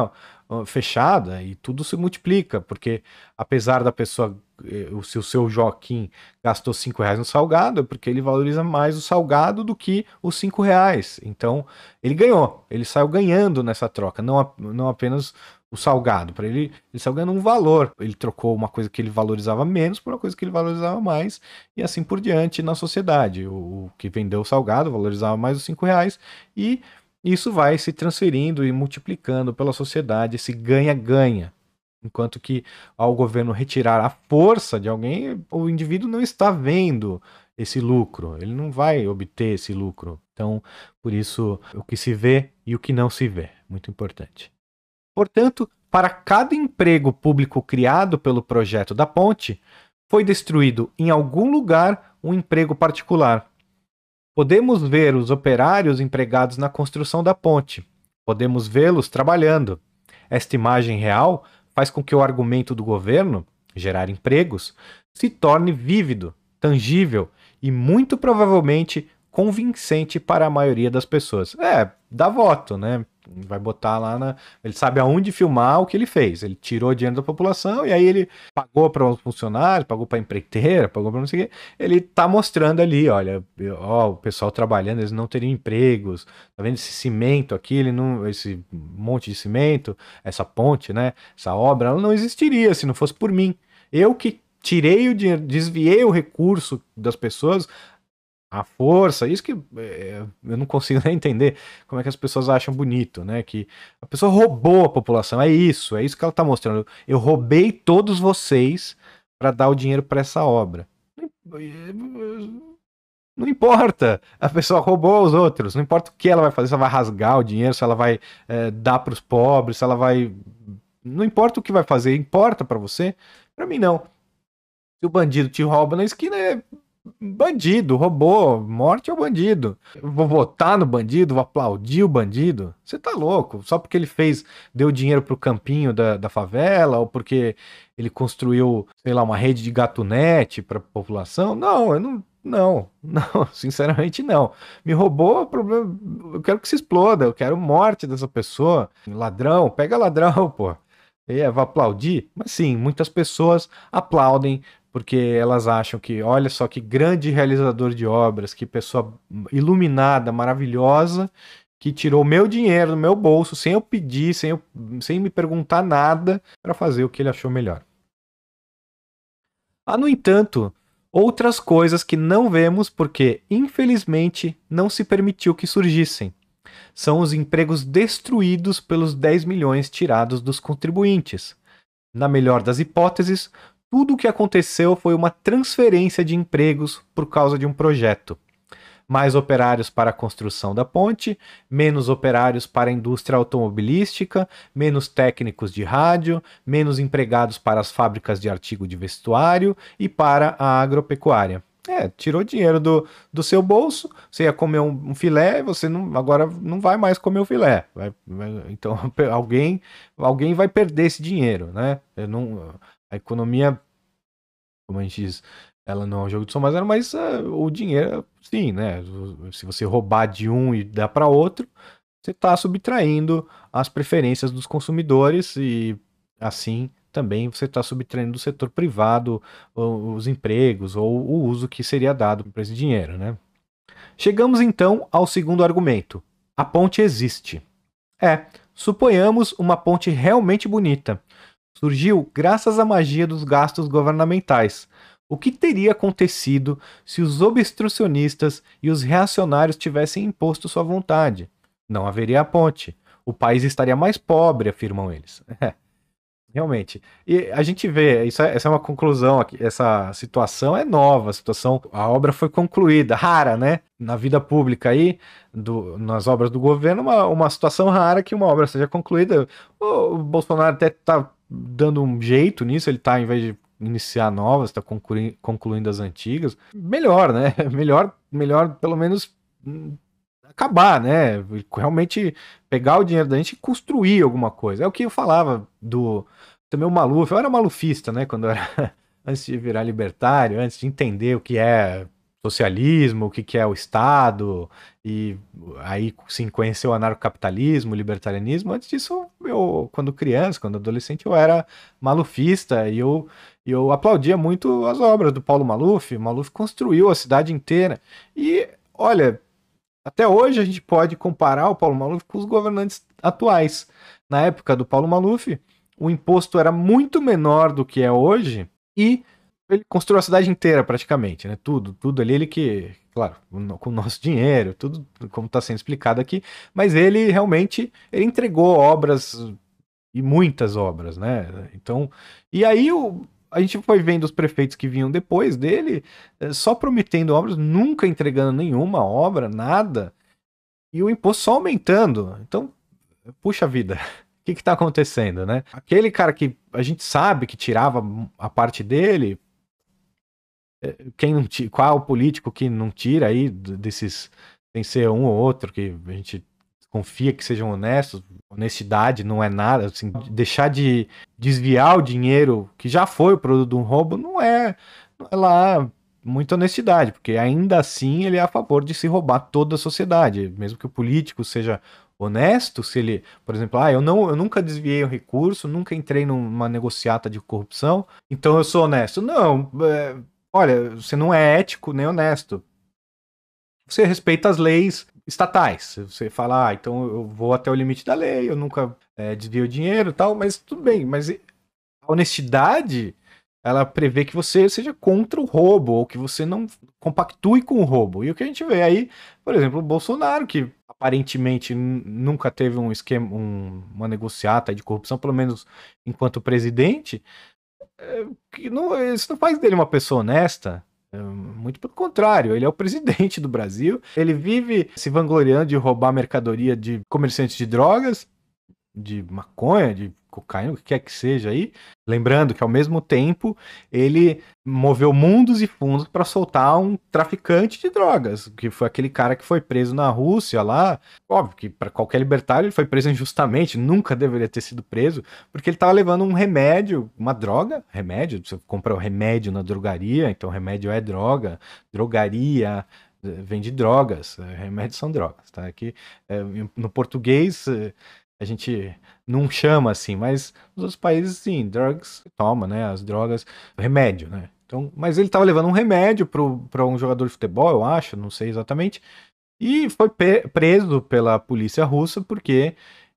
Speaker 1: fechada e tudo se multiplica, porque apesar da pessoa, se o seu Joaquim gastou R$ 5 no salgado, é porque ele valoriza mais o salgado do que os R$ 5. Então, ele ganhou, ele saiu ganhando nessa troca, não apenas o salgado. Para ele saiu ganhando um valor. Ele trocou uma coisa que ele valorizava menos por uma coisa que ele valorizava mais, e assim por diante na sociedade. O que vendeu o salgado valorizava mais os R$ 5 e isso vai se transferindo e multiplicando pela sociedade, esse ganha-ganha. Enquanto que ao governo retirar a força de alguém, o indivíduo não está vendo esse lucro, ele não vai obter esse lucro. Então, por isso, o que se vê e o que não se vê, muito importante. Portanto, para cada emprego público criado pelo projeto da ponte, foi destruído em algum lugar um emprego particular. Podemos ver os operários empregados na construção da ponte. Podemos vê-los trabalhando. Esta imagem real faz com que o argumento do governo, gerar empregos, se torne vívido, tangível e muito provavelmente convincente para a maioria das pessoas. Dá voto, né? Vai botar lá ele sabe aonde filmar o que ele fez. Ele tirou dinheiro da população e aí ele pagou para os funcionários, pagou para a empreiteira, pagou para não sei o quê. Ele tá mostrando ali, olha, o pessoal trabalhando, eles não teriam empregos. Tá vendo esse cimento aqui, esse monte de cimento, essa ponte, né? Essa obra, ela não existiria se não fosse por mim. Eu que tirei o dinheiro, desviei o recurso das pessoas, a força, isso que eu não consigo nem entender como é que as pessoas acham bonito, né? Que a pessoa roubou a população, é isso que ela tá mostrando. Eu roubei todos vocês para dar o dinheiro para essa obra. Não importa, a pessoa roubou os outros, não importa o que ela vai fazer, se ela vai rasgar o dinheiro, se ela vai dar para os pobres, se ela vai. Não importa o que vai fazer, importa para você? Para mim, não. Se o bandido te rouba na esquina, bandido, roubou, morte ao bandido. Eu vou votar no bandido, vou aplaudir o bandido. Você tá louco? Só porque ele deu dinheiro pro campinho da favela, ou porque ele construiu, sei lá, uma rede de gatunete pra população? Não, eu não, sinceramente não. Me roubou, problema, eu quero que se exploda, eu quero morte dessa pessoa. Ladrão, pega ladrão, pô. Vai aplaudir? Mas sim, muitas pessoas aplaudem porque elas acham que, olha só que grande realizador de obras, que pessoa iluminada, maravilhosa, que tirou meu dinheiro do meu bolso, sem eu pedir, sem me perguntar nada, para fazer o que ele achou melhor. Há, no entanto, outras coisas que não vemos porque, infelizmente, não se permitiu que surgissem. São os empregos destruídos pelos 10 milhões tirados dos contribuintes. Na melhor das hipóteses, tudo o que aconteceu foi uma transferência de empregos por causa de um projeto. Mais operários para a construção da ponte, menos operários para a indústria automobilística, menos técnicos de rádio, menos empregados para as fábricas de artigo de vestuário e para a agropecuária. Tirou dinheiro do seu bolso, você ia comer um filé, você agora não vai mais comer o filé. Então alguém vai perder esse dinheiro, né? A economia, como a gente diz, ela não é um jogo de soma zero, mas o dinheiro, sim, né? Se você roubar de um e dar para outro, você está subtraindo as preferências dos consumidores e assim também você está subtraindo do setor privado os empregos ou o uso que seria dado para esse dinheiro, né? Chegamos então ao segundo argumento. A ponte existe. Suponhamos uma ponte realmente bonita. Surgiu graças à magia dos gastos governamentais. O que teria acontecido se os obstrucionistas e os reacionários tivessem imposto sua vontade? Não haveria a ponte. O país estaria mais pobre, afirmam eles. Realmente. E a gente vê, essa é uma conclusão aqui, essa situação é nova, a obra foi concluída, rara, né? Na vida pública aí, nas obras do governo, uma situação rara que uma obra seja concluída. O Bolsonaro até tá dando um jeito nisso, ele tá, em vez de iniciar novas, tá concluindo as antigas. Melhor, né? Melhor pelo menos acabar, né? Realmente pegar o dinheiro da gente e construir alguma coisa. É o que eu falava do também o Maluf. Eu era malufista, né? Quando eu era antes de virar libertário, antes de entender o que é socialismo, o que é o Estado, e aí sim conhecer o anarcocapitalismo, o libertarianismo. Antes disso, eu, quando criança, quando adolescente, eu era malufista e eu aplaudia muito as obras do Paulo Maluf. O Maluf construiu a cidade inteira. E olha, até hoje a gente pode comparar o Paulo Maluf com os governantes atuais. Na época do Paulo Maluf, o imposto era muito menor do que é hoje e ele construiu a cidade inteira praticamente, né? Tudo ali, ele que, claro, com o nosso dinheiro, tudo como está sendo explicado aqui, mas ele realmente ele entregou obras e muitas obras, né? Então, e aí a gente foi vendo os prefeitos que vinham depois dele, só prometendo obras, nunca entregando nenhuma obra, nada, e o imposto só aumentando. Então, puxa vida, o que está acontecendo, né? Aquele cara que a gente sabe que tirava a parte dele, quem não tira, qual é o político que não tira aí desses, sem ser um ou outro que a gente confia que sejam honestos? Honestidade não é nada, assim, deixar de desviar o dinheiro que já foi o produto de um roubo não é lá muita honestidade, porque ainda assim ele é a favor de se roubar toda a sociedade, mesmo que o político seja honesto, se ele, por exemplo, eu nunca desviei o recurso, nunca entrei numa negociata de corrupção, então eu sou honesto. Não, olha, você não é ético nem honesto. Você respeita as leis estatais. Você fala, então eu vou até o limite da lei, eu nunca desvio dinheiro e tal, mas tudo bem. Mas a honestidade, ela prevê que você seja contra o roubo, ou que você não compactue com o roubo. E o que a gente vê aí, por exemplo, o Bolsonaro, que aparentemente nunca teve um esquema, uma negociata de corrupção, pelo menos enquanto presidente, isso não faz dele uma pessoa honesta. Muito pelo contrário, ele é o presidente do Brasil. Ele vive se vangloriando de roubar mercadoria de comerciantes de drogas, de maconha, de cocaína, o que quer que seja aí. Lembrando que ao mesmo tempo ele moveu mundos e fundos para soltar um traficante de drogas, que foi aquele cara que foi preso na Rússia lá. Óbvio que para qualquer libertário ele foi preso injustamente, nunca deveria ter sido preso, porque ele estava levando um remédio, uma droga, remédio, você compra o remédio na drogaria, então remédio é droga, drogaria vende drogas, remédios são drogas, tá? Aqui no português a gente não chama assim, mas nos outros países, sim, drugs, toma, né? As drogas, remédio, né? Então, mas ele estava levando um remédio para um jogador de futebol, eu acho, não sei exatamente, e foi preso pela polícia russa porque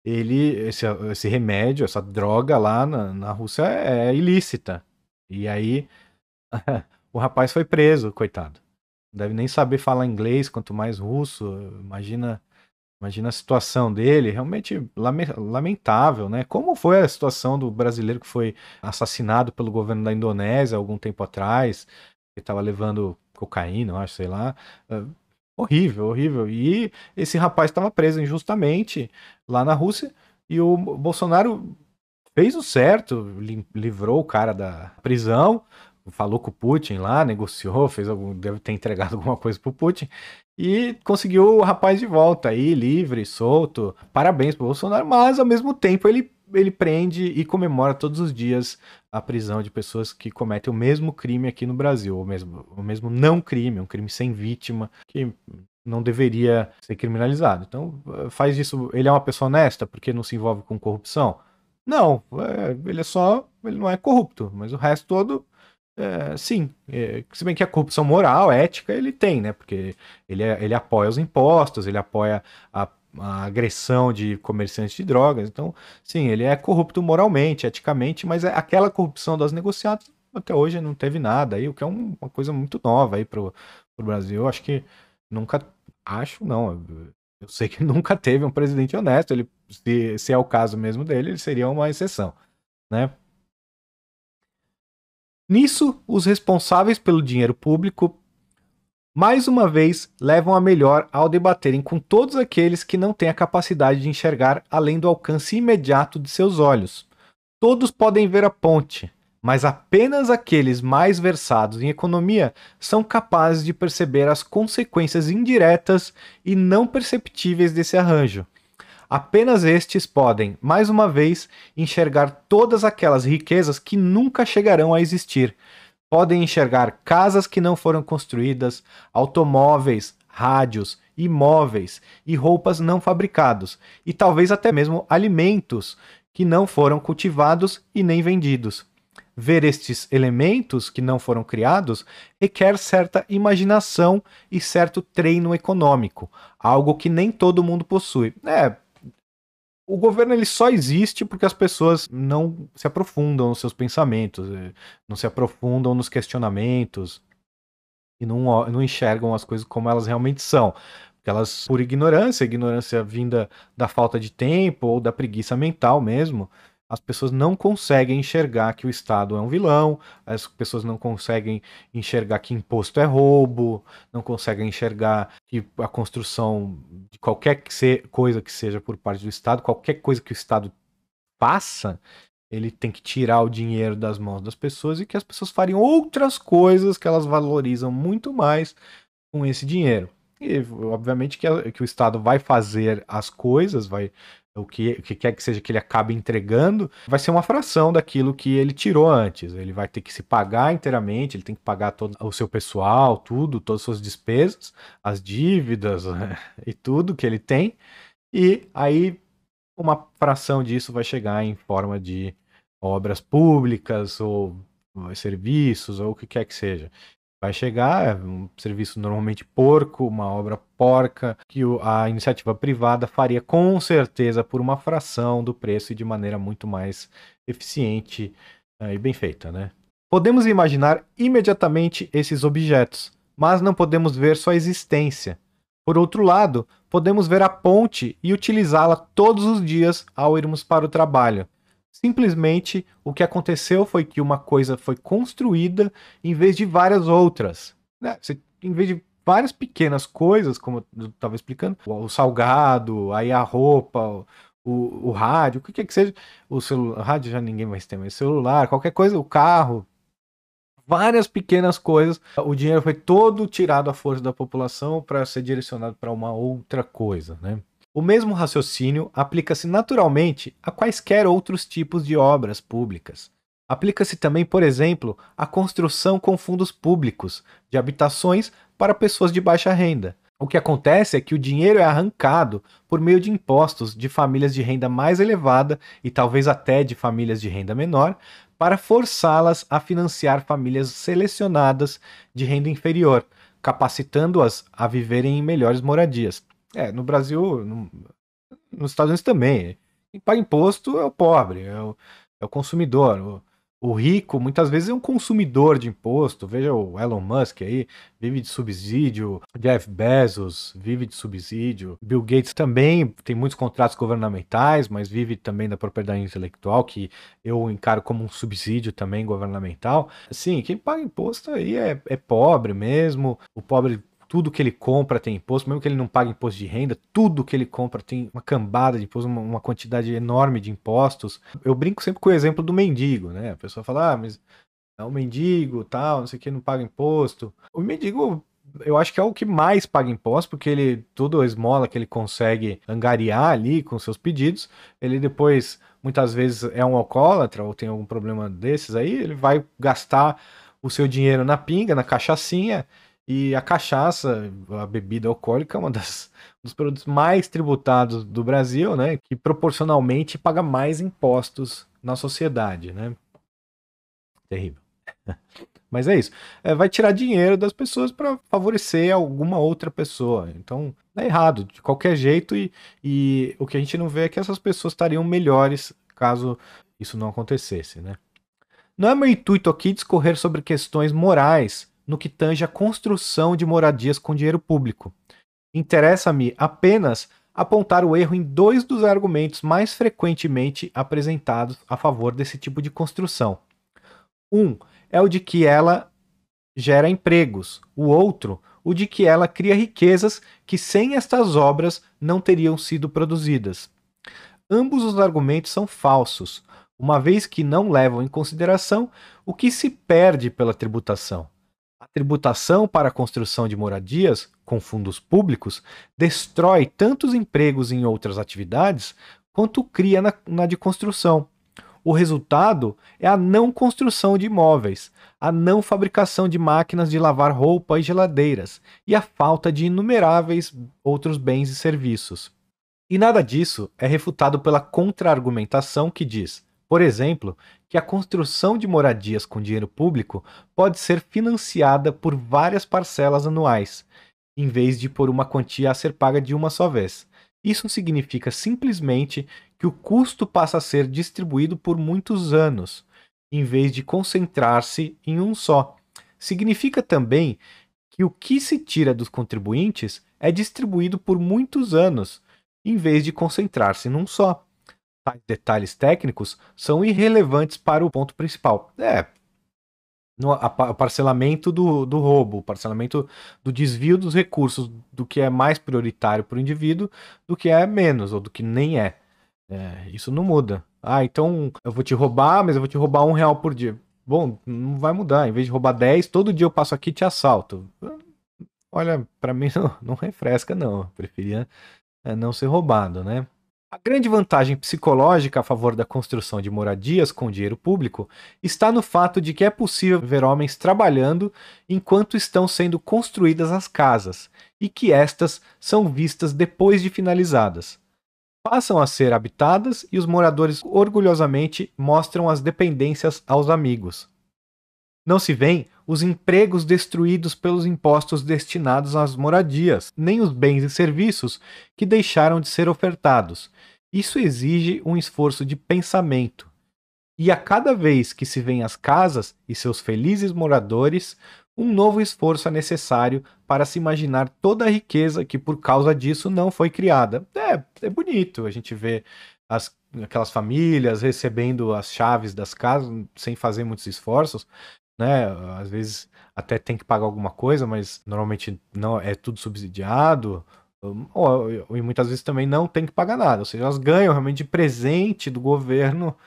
Speaker 1: esse remédio, essa droga lá na Rússia é ilícita. E aí o rapaz foi preso, coitado. Não deve nem saber falar inglês, quanto mais russo. Imagina a situação dele, realmente lamentável, né? Como foi a situação do brasileiro que foi assassinado pelo governo da Indonésia algum tempo atrás, que estava levando cocaína, eu acho, sei lá. Horrível, horrível. E esse rapaz estava preso injustamente lá na Rússia e o Bolsonaro fez o certo, livrou o cara da prisão, falou com o Putin lá, negociou, deve ter entregado alguma coisa pro Putin e conseguiu o rapaz de volta aí, livre, solto. Parabéns pro Bolsonaro, mas ao mesmo tempo ele prende e comemora todos os dias a prisão de pessoas que cometem o mesmo crime aqui no Brasil, o mesmo não crime, um crime sem vítima, que não deveria ser criminalizado. Então, faz isso. Ele é uma pessoa honesta porque não se envolve com corrupção? Não, ele não é corrupto, mas o resto todo, sim. Se bem que a corrupção moral, ética, ele tem, né? Porque ele apoia os impostos, ele apoia a agressão de comerciantes de drogas. Então, sim, ele é corrupto moralmente, eticamente, mas aquela corrupção das negociadas até hoje não teve nada aí, o que é uma coisa muito nova aí pro Brasil. Eu acho que nunca, acho não, eu sei que nunca teve um presidente honesto. Se é o caso mesmo dele, ele seria uma exceção, né? Nisso, os responsáveis pelo dinheiro público, mais uma vez, levam a melhor ao debaterem com todos aqueles que não têm a capacidade de enxergar além do alcance imediato de seus olhos. Todos podem ver a ponte, mas apenas aqueles mais versados em economia são capazes de perceber as consequências indiretas e não perceptíveis desse arranjo. Apenas estes podem, mais uma vez, enxergar todas aquelas riquezas que nunca chegarão a existir. Podem enxergar casas que não foram construídas, automóveis, rádios, imóveis e roupas não fabricados, e talvez até mesmo alimentos que não foram cultivados e nem vendidos. Ver estes elementos que não foram criados requer certa imaginação e certo treino econômico, algo que nem todo mundo possui. O governo ele só existe porque as pessoas não se aprofundam nos seus pensamentos, não se aprofundam nos questionamentos e não enxergam as coisas como elas realmente são. Porque elas, por ignorância vinda da falta de tempo ou da preguiça mental mesmo, as pessoas não conseguem enxergar que o Estado é um vilão, as pessoas não conseguem enxergar que imposto é roubo, não conseguem enxergar que a construção de qualquer coisa que seja por parte do Estado, qualquer coisa que o Estado faça, ele tem que tirar o dinheiro das mãos das pessoas e que as pessoas fariam outras coisas que elas valorizam muito mais com esse dinheiro. E, obviamente, que o Estado vai fazer as coisas, o que quer que seja que ele acabe entregando, vai ser uma fração daquilo que ele tirou antes. Ele vai ter que se pagar inteiramente, ele tem que pagar todo o seu pessoal, tudo, todas as suas despesas, as dívidas e tudo que ele tem. E aí uma fração disso vai chegar em forma de obras públicas ou serviços ou o que quer que seja. Vai chegar um serviço normalmente porco, uma obra porca, que a iniciativa privada faria com certeza por uma fração do preço e de maneira muito mais eficiente e bem feita, né? Podemos imaginar imediatamente esses objetos, mas não podemos ver sua existência. Por outro lado, podemos ver a ponte e utilizá-la todos os dias ao irmos para o trabalho. Simplesmente o que aconteceu foi que uma coisa foi construída em vez de várias outras. Né? Em vez de várias pequenas coisas, como eu estava explicando, o salgado, aí a roupa, o rádio, o que quer que seja, o celular, rádio já ninguém mais tem, mas celular, qualquer coisa, o carro, várias pequenas coisas, o dinheiro foi todo tirado à força da população para ser direcionado para uma outra coisa, né? O mesmo raciocínio aplica-se naturalmente a quaisquer outros tipos de obras públicas. Aplica-se também, por exemplo, à construção com fundos públicos de habitações para pessoas de baixa renda. O que acontece é que o dinheiro é arrancado por meio de impostos de famílias de renda mais elevada e talvez até de famílias de renda menor, para forçá-las a financiar famílias selecionadas de renda inferior, capacitando-as a viverem em melhores moradias. No Brasil, nos Estados Unidos também. Quem paga imposto é o pobre, é o consumidor. O rico, muitas vezes, é um consumidor de imposto. Veja o Elon Musk aí, vive de subsídio. Jeff Bezos vive de subsídio. Bill Gates também tem muitos contratos governamentais, mas vive também da propriedade intelectual, que eu encaro como um subsídio também governamental. Assim, quem paga imposto aí é pobre mesmo. O pobre, tudo que ele compra tem imposto, mesmo que ele não pague imposto de renda, tudo que ele compra tem uma cambada de imposto, uma quantidade enorme de impostos. Eu brinco sempre com o exemplo do mendigo, né? A pessoa fala, mas é um mendigo, tal, não sei o que, não paga imposto. O mendigo, eu acho que é o que mais paga imposto, porque ele, toda a esmola que ele consegue angariar ali com seus pedidos, ele depois, muitas vezes, é um alcoólatra ou tem algum problema desses aí, ele vai gastar o seu dinheiro na pinga, na cachaçinha, e a cachaça, a bebida alcoólica, é um dos produtos mais tributados do Brasil, né? Que proporcionalmente paga mais impostos na sociedade, né? Terrível. Mas é isso. Vai tirar dinheiro das pessoas para favorecer alguma outra pessoa. Então, é errado, de qualquer jeito. E o que a gente não vê é que essas pessoas estariam melhores caso isso não acontecesse, né? Não é meu intuito aqui discorrer sobre questões morais no que tange a construção de moradias com dinheiro público. Interessa-me apenas apontar o erro em dois dos argumentos mais frequentemente apresentados a favor desse tipo de construção. Um é o de que ela gera empregos. O outro, o de que ela cria riquezas que sem estas obras não teriam sido produzidas. Ambos os argumentos são falsos, uma vez que não levam em consideração o que se perde pela tributação. A tributação para a construção de moradias, com fundos públicos, destrói tanto os empregos em outras atividades quanto cria na de construção. O resultado é a não construção de imóveis, a não fabricação de máquinas de lavar roupa e geladeiras, e a falta de inumeráveis outros bens e serviços. E nada disso é refutado pela contra-argumentação que diz, por exemplo, que a construção de moradias com dinheiro público pode ser financiada por várias parcelas anuais, em vez de por uma quantia a ser paga de uma só vez. Isso significa simplesmente que o custo passa a ser distribuído por muitos anos, em vez de concentrar-se em um só. Significa também que o que se tira dos contribuintes é distribuído por muitos anos, em vez de concentrar-se num só. Tais detalhes técnicos são irrelevantes para o ponto principal. O parcelamento do roubo, o parcelamento do desvio dos recursos, do que é mais prioritário para o indivíduo, do que é menos, ou do que nem é. Isso não muda. Então eu vou te roubar, mas eu vou te roubar R$ 1 por dia. Bom, não vai mudar. Em vez de roubar 10, todo dia eu passo aqui e te assalto. Olha, para mim não refresca, não. Eu preferia não ser roubado, né? A grande vantagem psicológica a favor da construção de moradias com dinheiro público está no fato de que é possível ver homens trabalhando enquanto estão sendo construídas as casas, e que estas são vistas depois de finalizadas. Passam a ser habitadas e os moradores orgulhosamente mostram as dependências aos amigos. Não se vêem os empregos destruídos pelos impostos destinados às moradias, nem os bens e serviços que deixaram de ser ofertados. Isso exige um esforço de pensamento. E a cada vez que se vêem as casas e seus felizes moradores, um novo esforço é necessário para se imaginar toda a riqueza que por causa disso não foi criada. É bonito a gente ver aquelas famílias recebendo as chaves das casas sem fazer muitos esforços, né? Às vezes até tem que pagar alguma coisa, mas normalmente não é tudo subsidiado, e muitas vezes também não tem que pagar nada, ou seja, elas ganham realmente de presente do governo,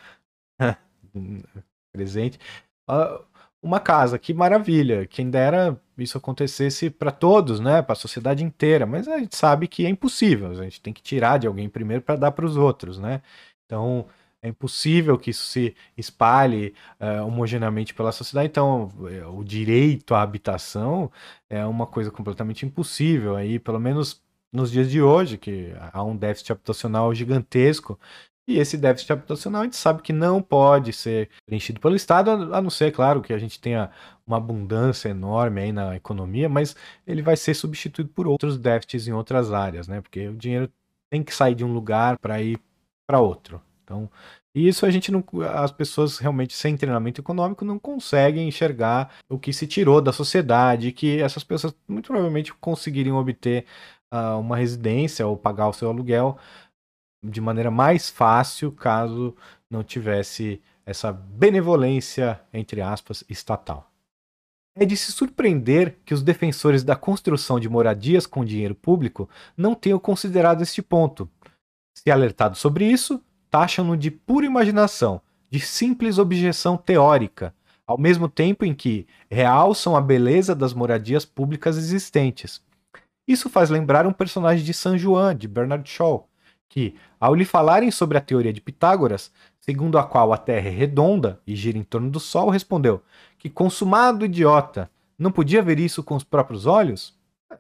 Speaker 1: presente, uma casa, que maravilha, quem dera isso acontecesse para todos, né? Para a sociedade inteira, mas a gente sabe que é impossível, a gente tem que tirar de alguém primeiro para dar para os outros, né? Então é impossível que isso se espalhe homogeneamente pela sociedade. Então, o direito à habitação é uma coisa completamente impossível. Aí, pelo menos nos dias de hoje, que há um déficit habitacional gigantesco, e esse déficit habitacional a gente sabe que não pode ser preenchido pelo Estado, a não ser, claro, que a gente tenha uma abundância enorme aí na economia, mas ele vai ser substituído por outros déficits em outras áreas, né? Porque o dinheiro tem que sair de um lugar para ir para outro. Então, isso a gente não, as pessoas realmente sem treinamento econômico não conseguem enxergar o que se tirou da sociedade, que essas pessoas muito provavelmente conseguiriam obter uma residência ou pagar o seu aluguel de maneira mais fácil caso não tivesse essa benevolência, entre aspas, estatal. É de se surpreender que os defensores da construção de moradias com dinheiro público não tenham considerado este ponto. Se alertado sobre isso, taxam-no de pura imaginação, de simples objeção teórica, ao mesmo tempo em que realçam a beleza das moradias públicas existentes. Isso faz lembrar um personagem de San Juan, de Bernard Shaw, que, ao lhe falarem sobre a teoria de Pitágoras, segundo a qual a Terra é redonda e gira em torno do Sol, respondeu: "Que consumado idiota! Não podia ver isso com os próprios olhos?"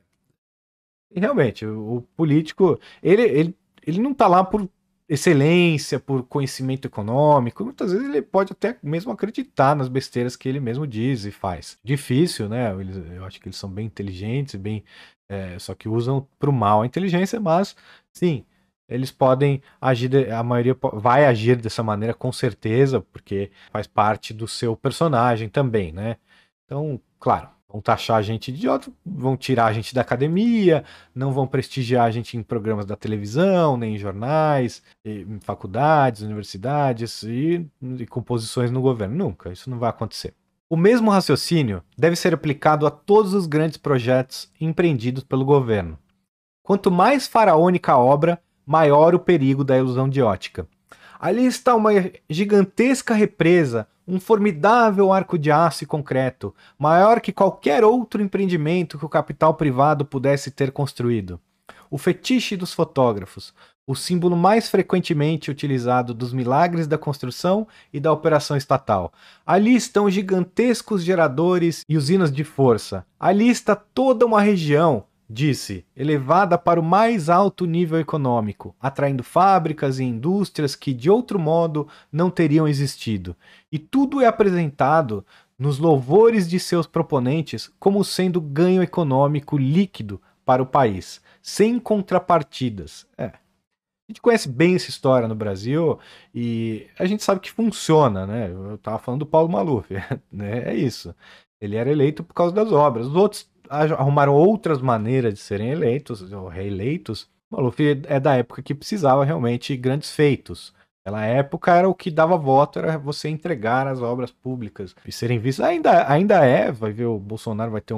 Speaker 1: E realmente, o político, ele não está lá por excelência, por conhecimento econômico. Muitas vezes ele pode até mesmo acreditar nas besteiras que ele mesmo diz e faz. Difícil, né? Eu acho que eles são bem inteligentes, só que usam para o mal a inteligência, mas sim, eles podem agir, a maioria vai agir dessa maneira com certeza, porque faz parte do seu personagem também, né? Então, claro, vão taxar a gente de idiota, vão tirar a gente da academia, não vão prestigiar a gente em programas da televisão, nem em jornais, em faculdades, universidades e com posições no governo. Nunca, isso não vai acontecer. O mesmo raciocínio deve ser aplicado a todos os grandes projetos empreendidos pelo governo. Quanto mais faraônica a obra, maior o perigo da ilusão de ótica. Ali está uma gigantesca represa, um formidável arco de aço e concreto, maior que qualquer outro empreendimento que o capital privado pudesse ter construído. O fetiche dos fotógrafos, o símbolo mais frequentemente utilizado dos milagres da construção e da operação estatal. Ali estão gigantescos geradores e usinas de força. Ali está toda uma região, disse, elevada para o mais alto nível econômico, atraindo fábricas e indústrias que de outro modo não teriam existido. E tudo é apresentado nos louvores de seus proponentes como sendo ganho econômico líquido para o país, sem contrapartidas. A gente conhece bem essa história no Brasil e a gente sabe que funciona, né? Eu estava falando do Paulo Maluf, né? É isso. Ele era eleito por causa das obras. Os outros arrumaram outras maneiras de serem eleitos ou reeleitos. O Maluf é da época que precisava realmente grandes feitos. Naquela época era o que dava voto, era você entregar as obras públicas e serem vistas. Ainda é, vai ver, o Bolsonaro vai ter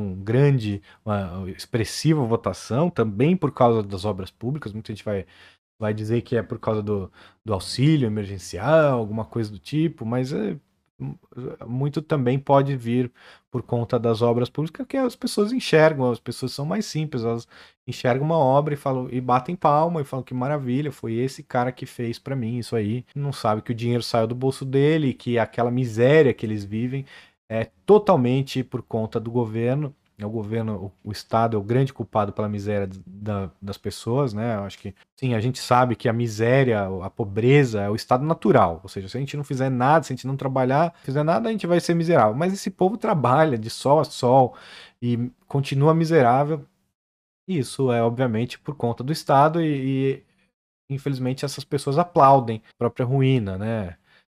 Speaker 1: uma expressiva votação também por causa das obras públicas. Muita gente vai dizer que é por causa do auxílio emergencial, alguma coisa do tipo, mas muito também pode vir por conta das obras públicas que as pessoas enxergam, as pessoas são mais simples, elas enxergam uma obra e falam e batem palma e falam que maravilha, foi esse cara que fez para mim isso aí. Não sabe que o dinheiro saiu do bolso dele, que aquela miséria que eles vivem é totalmente por conta do governo. O governo, o Estado é o grande culpado pela miséria das pessoas, né? Eu acho que, sim, a gente sabe que a miséria, a pobreza é o estado natural. Ou seja, se a gente não fizer nada, se a gente não trabalhar, não fizer nada, a gente vai ser miserável. Mas esse povo trabalha de sol a sol e continua miserável. E isso é, obviamente, por conta do Estado infelizmente, essas pessoas aplaudem a própria ruína, né?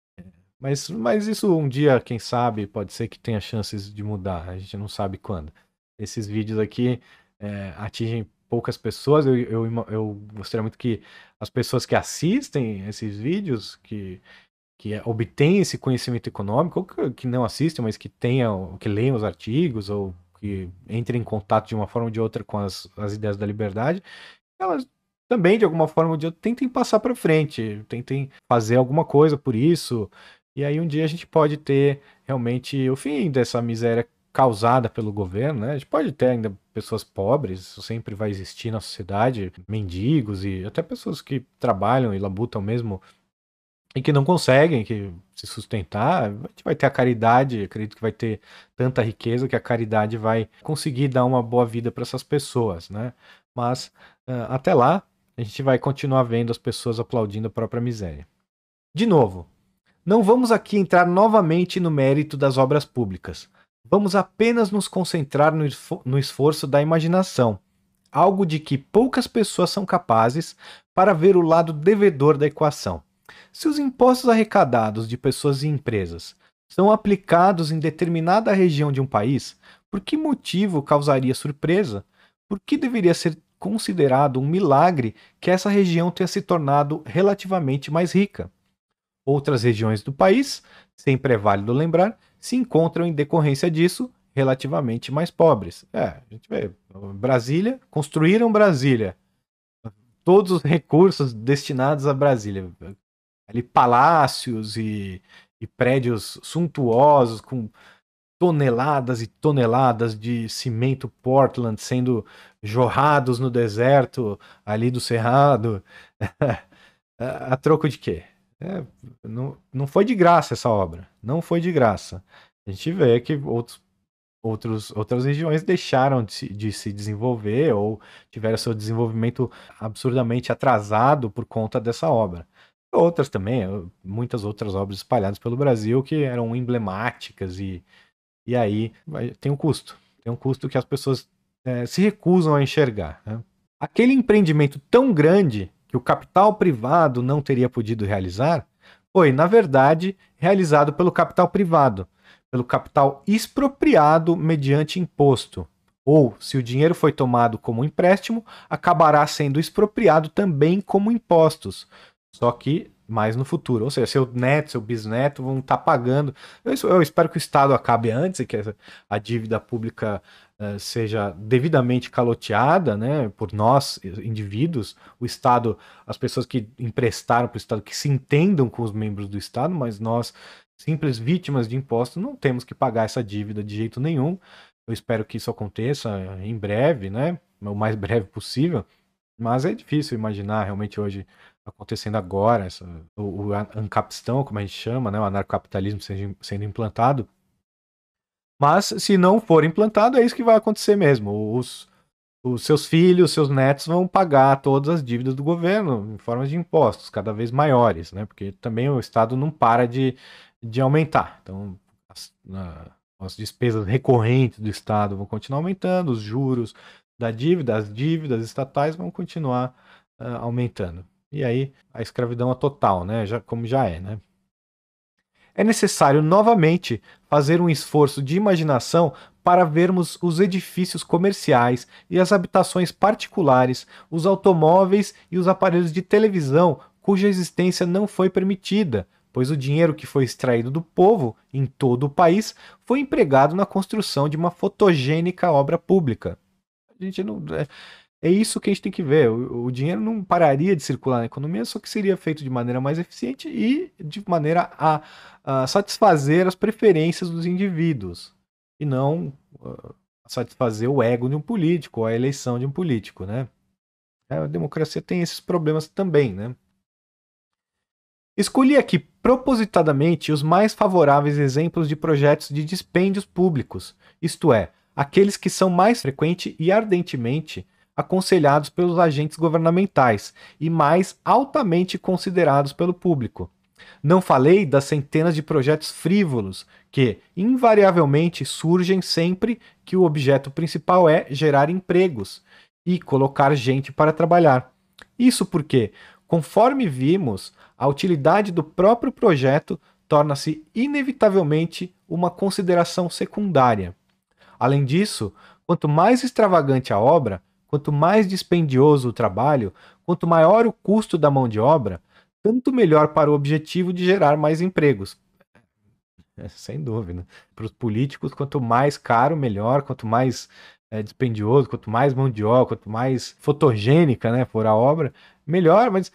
Speaker 1: Mas isso um dia, quem sabe, pode ser que tenha chances de mudar. A gente não sabe quando. Esses vídeos aqui atingem poucas pessoas. Eu gostaria muito que as pessoas que assistem esses vídeos, que obtêm esse conhecimento econômico, ou que não assistem, mas que leiam os artigos, ou que entrem em contato de uma forma ou de outra com as ideias da liberdade, elas também, de alguma forma ou de outra, tentem passar para frente, tentem fazer alguma coisa por isso. E aí um dia a gente pode ter realmente o fim dessa miséria causada pelo governo, né? A gente pode ter ainda pessoas pobres, isso sempre vai existir na sociedade, mendigos e até pessoas que trabalham e labutam mesmo e que não conseguem que se sustentar. A gente vai ter a caridade, acredito que vai ter tanta riqueza que a caridade vai conseguir dar uma boa vida para essas pessoas, né? Mas até lá, a gente vai continuar vendo as pessoas aplaudindo a própria miséria. De novo, não vamos aqui entrar novamente no mérito das obras públicas. Vamos apenas nos concentrar no esforço da imaginação, algo de que poucas pessoas são capazes para ver o lado devedor da equação. Se os impostos arrecadados de pessoas e empresas são aplicados em determinada região de um país, por que motivo causaria surpresa? Por que deveria ser considerado um milagre que essa região tenha se tornado relativamente mais rica? Outras regiões do país, sempre é válido lembrar, se encontram em decorrência disso relativamente mais pobres. A gente vê, Brasília, construíram Brasília, todos os recursos destinados a Brasília, ali palácios e prédios suntuosos com toneladas e toneladas de cimento Portland sendo jorrados no deserto ali do Cerrado. A troco de quê? Não foi de graça essa obra. Não foi de graça. A gente vê que outras regiões deixaram de se desenvolver ou tiveram seu desenvolvimento absurdamente atrasado por conta dessa obra. Outras também, muitas outras obras espalhadas pelo Brasil que eram emblemáticas e aí tem um custo. Tem um custo que as pessoas se recusam a enxergar, né? Aquele empreendimento tão grande que o capital privado não teria podido realizar, foi, na verdade, realizado pelo capital privado, pelo capital expropriado mediante imposto. Ou, se o dinheiro foi tomado como empréstimo, acabará sendo expropriado também como impostos, só que mais no futuro. Ou seja, seu neto, seu bisneto vão estar pagando. Eu espero que o Estado acabe antes e que a dívida pública seja devidamente caloteada, né, por nós, indivíduos, o Estado, as pessoas que emprestaram para o Estado, que se entendam com os membros do Estado, mas nós, simples vítimas de impostos, não temos que pagar essa dívida de jeito nenhum. Eu espero que isso aconteça em breve, né, o mais breve possível. Mas é difícil imaginar realmente hoje acontecendo agora, o ancapistão, como a gente chama, né, o anarcocapitalismo sendo implantado. Mas se não for implantado, é isso que vai acontecer mesmo. Os seus filhos, seus netos vão pagar todas as dívidas do governo em forma de impostos cada vez maiores, né? Porque também o Estado não para de aumentar. Então, as despesas recorrentes do Estado vão continuar aumentando, os juros da dívida, as dívidas estatais vão continuar aumentando. E aí, a escravidão é total, né? Como já é, né? É necessário novamente fazer um esforço de imaginação para vermos os edifícios comerciais e as habitações particulares, os automóveis e os aparelhos de televisão cuja existência não foi permitida, pois o dinheiro que foi extraído do povo em todo o país foi empregado na construção de uma fotogênica obra pública. A gente não, é isso que a gente tem que ver. O dinheiro não pararia de circular na economia, só que seria feito de maneira mais eficiente e de maneira a satisfazer as preferências dos indivíduos e não satisfazer o ego de um político ou a eleição de um político, né? A democracia tem esses problemas também, né? Escolhi aqui propositadamente os mais favoráveis exemplos de projetos de dispêndios públicos, isto é, aqueles que são mais frequente e ardentemente aconselhados pelos agentes governamentais e mais altamente considerados pelo público. Não falei das centenas de projetos frívolos que, invariavelmente, surgem sempre que o objeto principal é gerar empregos e colocar gente para trabalhar. Isso porque, conforme vimos, a utilidade do próprio projeto torna-se inevitavelmente uma consideração secundária. Além disso, quanto mais extravagante a obra, quanto mais dispendioso o trabalho, quanto maior o custo da mão de obra, tanto melhor para o objetivo de gerar mais empregos. Sem dúvida. Para os políticos, quanto mais caro, melhor, quanto mais dispendioso, quanto mais mão de obra, quanto mais fotogênica, né, for a obra, melhor, mas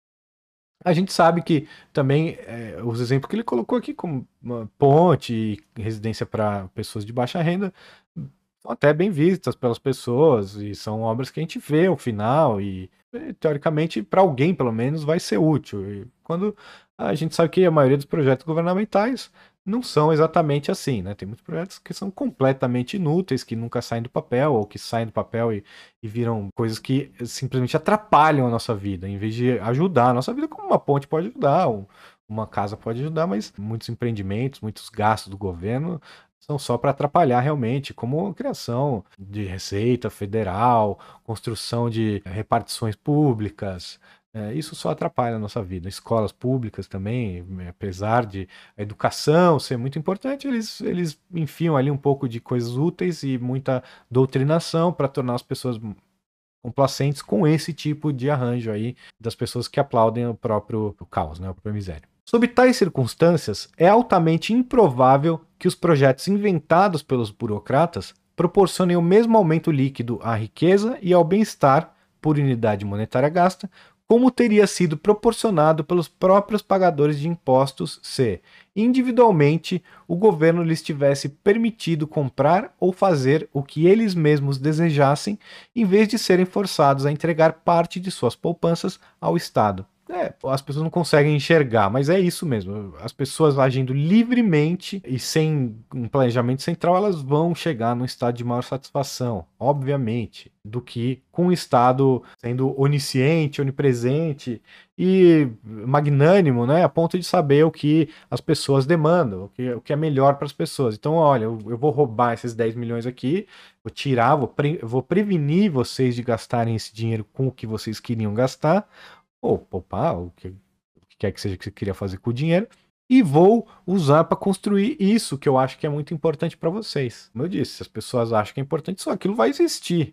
Speaker 1: a gente sabe que também os exemplos que ele colocou aqui, como uma ponte e residência para pessoas de baixa renda, são até bem vistas pelas pessoas e são obras que a gente vê ao final e teoricamente para alguém pelo menos vai ser útil. E quando a gente sabe que a maioria dos projetos governamentais não são exatamente assim, né? Tem muitos projetos que são completamente inúteis, que nunca saem do papel ou que saem do papel e viram coisas que simplesmente atrapalham a nossa vida, em vez de ajudar a nossa vida, como uma ponte pode ajudar, uma casa pode ajudar, mas muitos empreendimentos, muitos gastos do governo são só para atrapalhar realmente, como criação de receita federal, construção de repartições públicas. Isso só atrapalha a nossa vida. Escolas públicas também, apesar de a educação ser muito importante, eles enfiam ali um pouco de coisas úteis e muita doutrinação para tornar as pessoas complacentes com esse tipo de arranjo aí das pessoas que aplaudem o próprio caos, né, a própria miséria. Sob tais circunstâncias, é altamente improvável que os projetos inventados pelos burocratas proporcionem o mesmo aumento líquido à riqueza e ao bem-estar por unidade monetária gasta, como teria sido proporcionado pelos próprios pagadores de impostos se, individualmente, o governo lhes tivesse permitido comprar ou fazer o que eles mesmos desejassem, em vez de serem forçados a entregar parte de suas poupanças ao Estado. As pessoas não conseguem enxergar, mas é isso mesmo. As pessoas agindo livremente e sem um planejamento central, elas vão chegar num estado de maior satisfação, obviamente, do que com o Estado sendo onisciente, onipresente e magnânimo, né, a ponto de saber o que as pessoas demandam, o que é melhor para as pessoas. Então, olha, eu vou roubar esses 10 milhões aqui, vou tirar, vou prevenir vocês de gastarem esse dinheiro com o que vocês queriam gastar, ou poupar, o que quer que seja que você queria fazer com o dinheiro, e vou usar para construir isso que eu acho que é muito importante para vocês. Como eu disse, se as pessoas acham que é importante, só aquilo vai existir.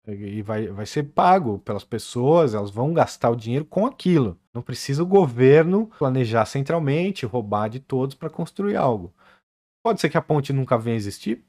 Speaker 1: E vai ser pago pelas pessoas, elas vão gastar o dinheiro com aquilo. Não precisa o governo planejar centralmente, roubar de todos para construir algo. Pode ser que a ponte nunca venha a existir?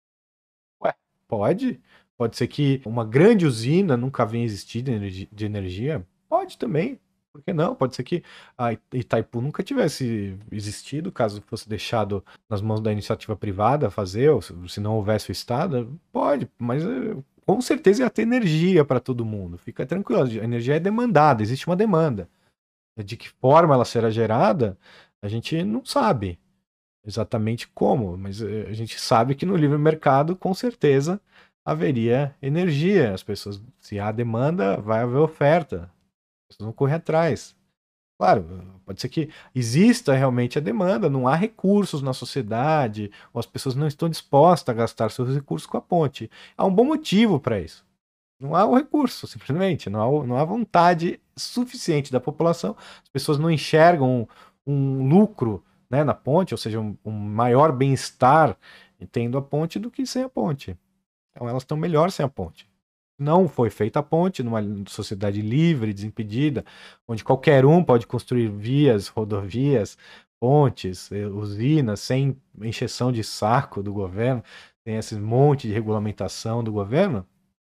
Speaker 1: Ué, pode. Pode ser que uma grande usina nunca venha a existir de energia? Pode também. Por que não? Pode ser que a Itaipu nunca tivesse existido, caso fosse deixado nas mãos da iniciativa privada fazer, ou se não houvesse o Estado. Pode, mas com certeza ia ter energia para todo mundo. Fica tranquilo, a energia é demandada, existe uma demanda. De que forma ela será gerada, a gente não sabe exatamente como, mas a gente sabe que no livre mercado, com certeza, haveria energia. As pessoas, se há demanda, vai haver oferta. As pessoas vão correr atrás. Claro, pode ser que exista realmente a demanda, não há recursos na sociedade, ou as pessoas não estão dispostas a gastar seus recursos com a ponte. Há um bom motivo para isso. Não há o recurso, simplesmente. Não há vontade suficiente da população. As pessoas não enxergam um lucro, né, na ponte, ou seja, um maior bem-estar tendo a ponte do que sem a ponte. Então elas estão melhor sem a ponte. Não foi feita a ponte numa sociedade livre, desimpedida, onde qualquer um pode construir vias, rodovias, pontes, usinas, sem encheção de saco do governo, tem esse monte de regulamentação do governo.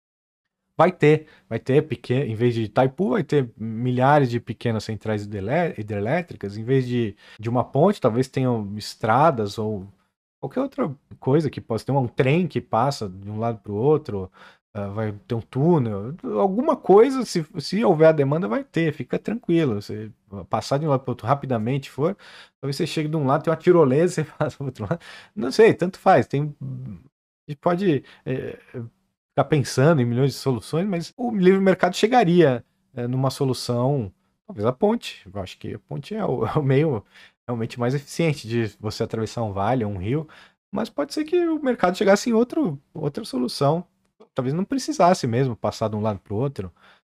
Speaker 1: Vai ter em vez de Itaipu, vai ter milhares de pequenas centrais hidrelétricas, em vez de uma ponte, talvez tenham estradas ou qualquer outra coisa que possa ter um trem que passa de um lado para o outro, vai ter um túnel, alguma coisa, se houver a demanda, vai ter, fica tranquilo. Você passar de um lado para o outro rapidamente for, talvez você chegue de um lado, tem uma tirolesa, você passa para o outro lado, não sei, tanto faz, a gente pode ficar pensando em milhões de soluções, mas o livre mercado chegaria numa solução, talvez a ponte. Eu acho que a ponte é o meio realmente mais eficiente de você atravessar um vale, um rio, mas pode ser que o mercado chegasse em outra solução. Talvez não precisasse mesmo passar de um lado para o outro.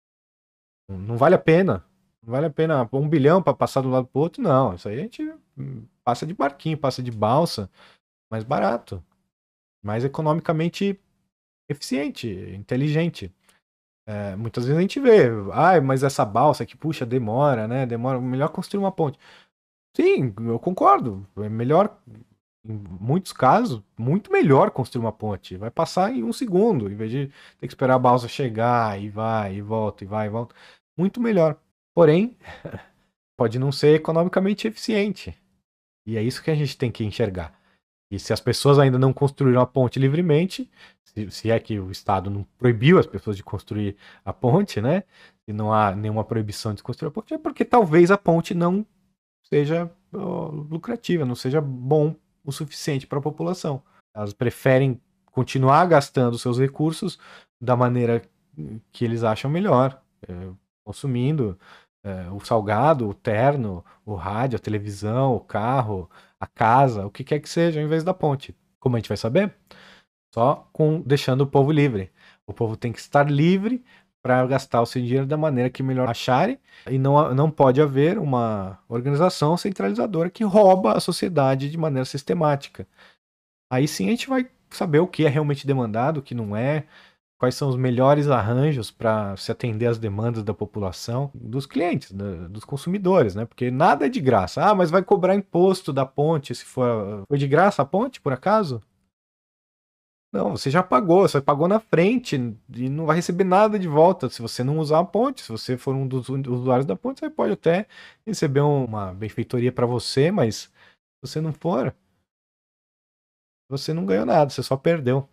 Speaker 1: Não vale a pena. Não vale a pena 1 bilhão para passar de um lado para o outro, não. Isso aí a gente passa de barquinho, passa de balsa, mais barato, mais economicamente eficiente, inteligente. Muitas vezes a gente vê, mas essa balsa que puxa demora, né? Demora, melhor construir uma ponte. Sim, eu concordo. É melhor, em muitos casos, muito melhor construir uma ponte. Vai passar em 1 segundo, em vez de ter que esperar a balsa chegar e vai e volta e vai e volta. Muito melhor. Porém, pode não ser economicamente eficiente. E é isso que a gente tem que enxergar. E se as pessoas ainda não construíram a ponte livremente, se é que o Estado não proibiu as pessoas de construir a ponte, né? E não há nenhuma proibição de construir a ponte, é porque talvez a ponte não seja lucrativa, não seja bom o suficiente para a população. Elas preferem continuar gastando seus recursos da maneira que eles acham melhor, consumindo o salgado, o terno, o rádio, a televisão, o carro, a casa, o que quer que seja, ao invés da ponte. Como a gente vai saber? Só deixando o povo livre. O povo tem que estar livre para gastar o seu dinheiro da maneira que melhor acharem, e não pode haver uma organização centralizadora que rouba a sociedade de maneira sistemática. Aí sim a gente vai saber o que é realmente demandado, o que não é, quais são os melhores arranjos para se atender às demandas da população, dos clientes, dos consumidores, né? Porque nada é de graça. Mas vai cobrar imposto da ponte se foi de graça a ponte, por acaso? Não, você já pagou, você pagou na frente e não vai receber nada de volta se você não usar a ponte. Se você for um dos usuários da ponte, você pode até receber uma benfeitoria para você, mas se você não for, você não ganhou nada, você só perdeu.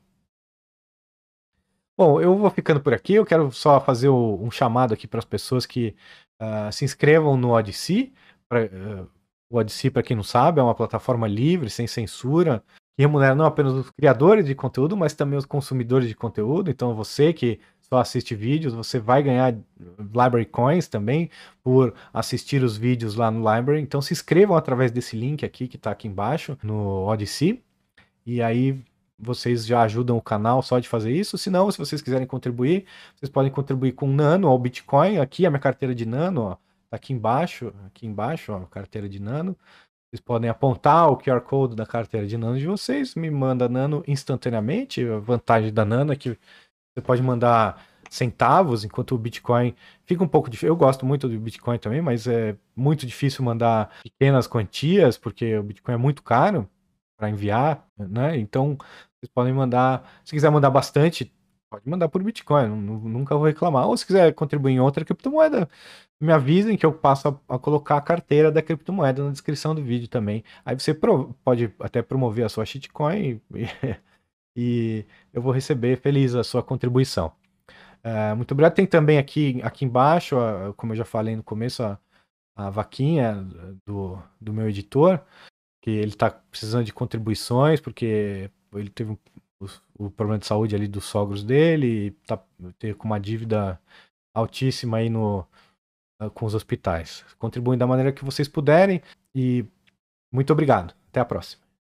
Speaker 1: Bom, eu vou ficando por aqui. Eu quero só fazer um chamado aqui para as pessoas que se inscrevam no Odysee. O Odysee, para quem não sabe, é uma plataforma livre, sem censura, que remunera não apenas os criadores de conteúdo, mas também os consumidores de conteúdo. Então, você que só assiste vídeos, você vai ganhar Library Coins também por assistir os vídeos lá no Library. Então, se inscrevam através desse link aqui que está aqui embaixo no Odysee. E aí vocês já ajudam o canal só de fazer isso. Se não, se vocês quiserem contribuir, vocês podem contribuir com Nano ou Bitcoin. Aqui a minha carteira de Nano, ó, tá aqui embaixo, ó, a carteira de Nano. Vocês podem apontar o QR Code da carteira de Nano de vocês, me manda Nano instantaneamente. A vantagem da Nano é que você pode mandar centavos, enquanto o Bitcoin fica um pouco difícil. Eu gosto muito do Bitcoin também, mas é muito difícil mandar pequenas quantias, porque o Bitcoin é muito caro para enviar, né? Então, vocês podem mandar, se quiser mandar bastante, pode mandar por Bitcoin, nunca vou reclamar. Ou se quiser contribuir em outra criptomoeda, me avisem que eu passo a colocar a carteira da criptomoeda na descrição do vídeo também. Aí você pode até promover a sua shitcoin e eu vou receber feliz a sua contribuição. Muito obrigado. Tem também aqui embaixo, como eu já falei no começo, a vaquinha do meu editor, que ele está precisando de contribuições, porque ele teve o problema de saúde ali dos sogros dele, e está com uma dívida altíssima aí com os hospitais. Contribuem da maneira que vocês puderem e muito obrigado. Até a próxima.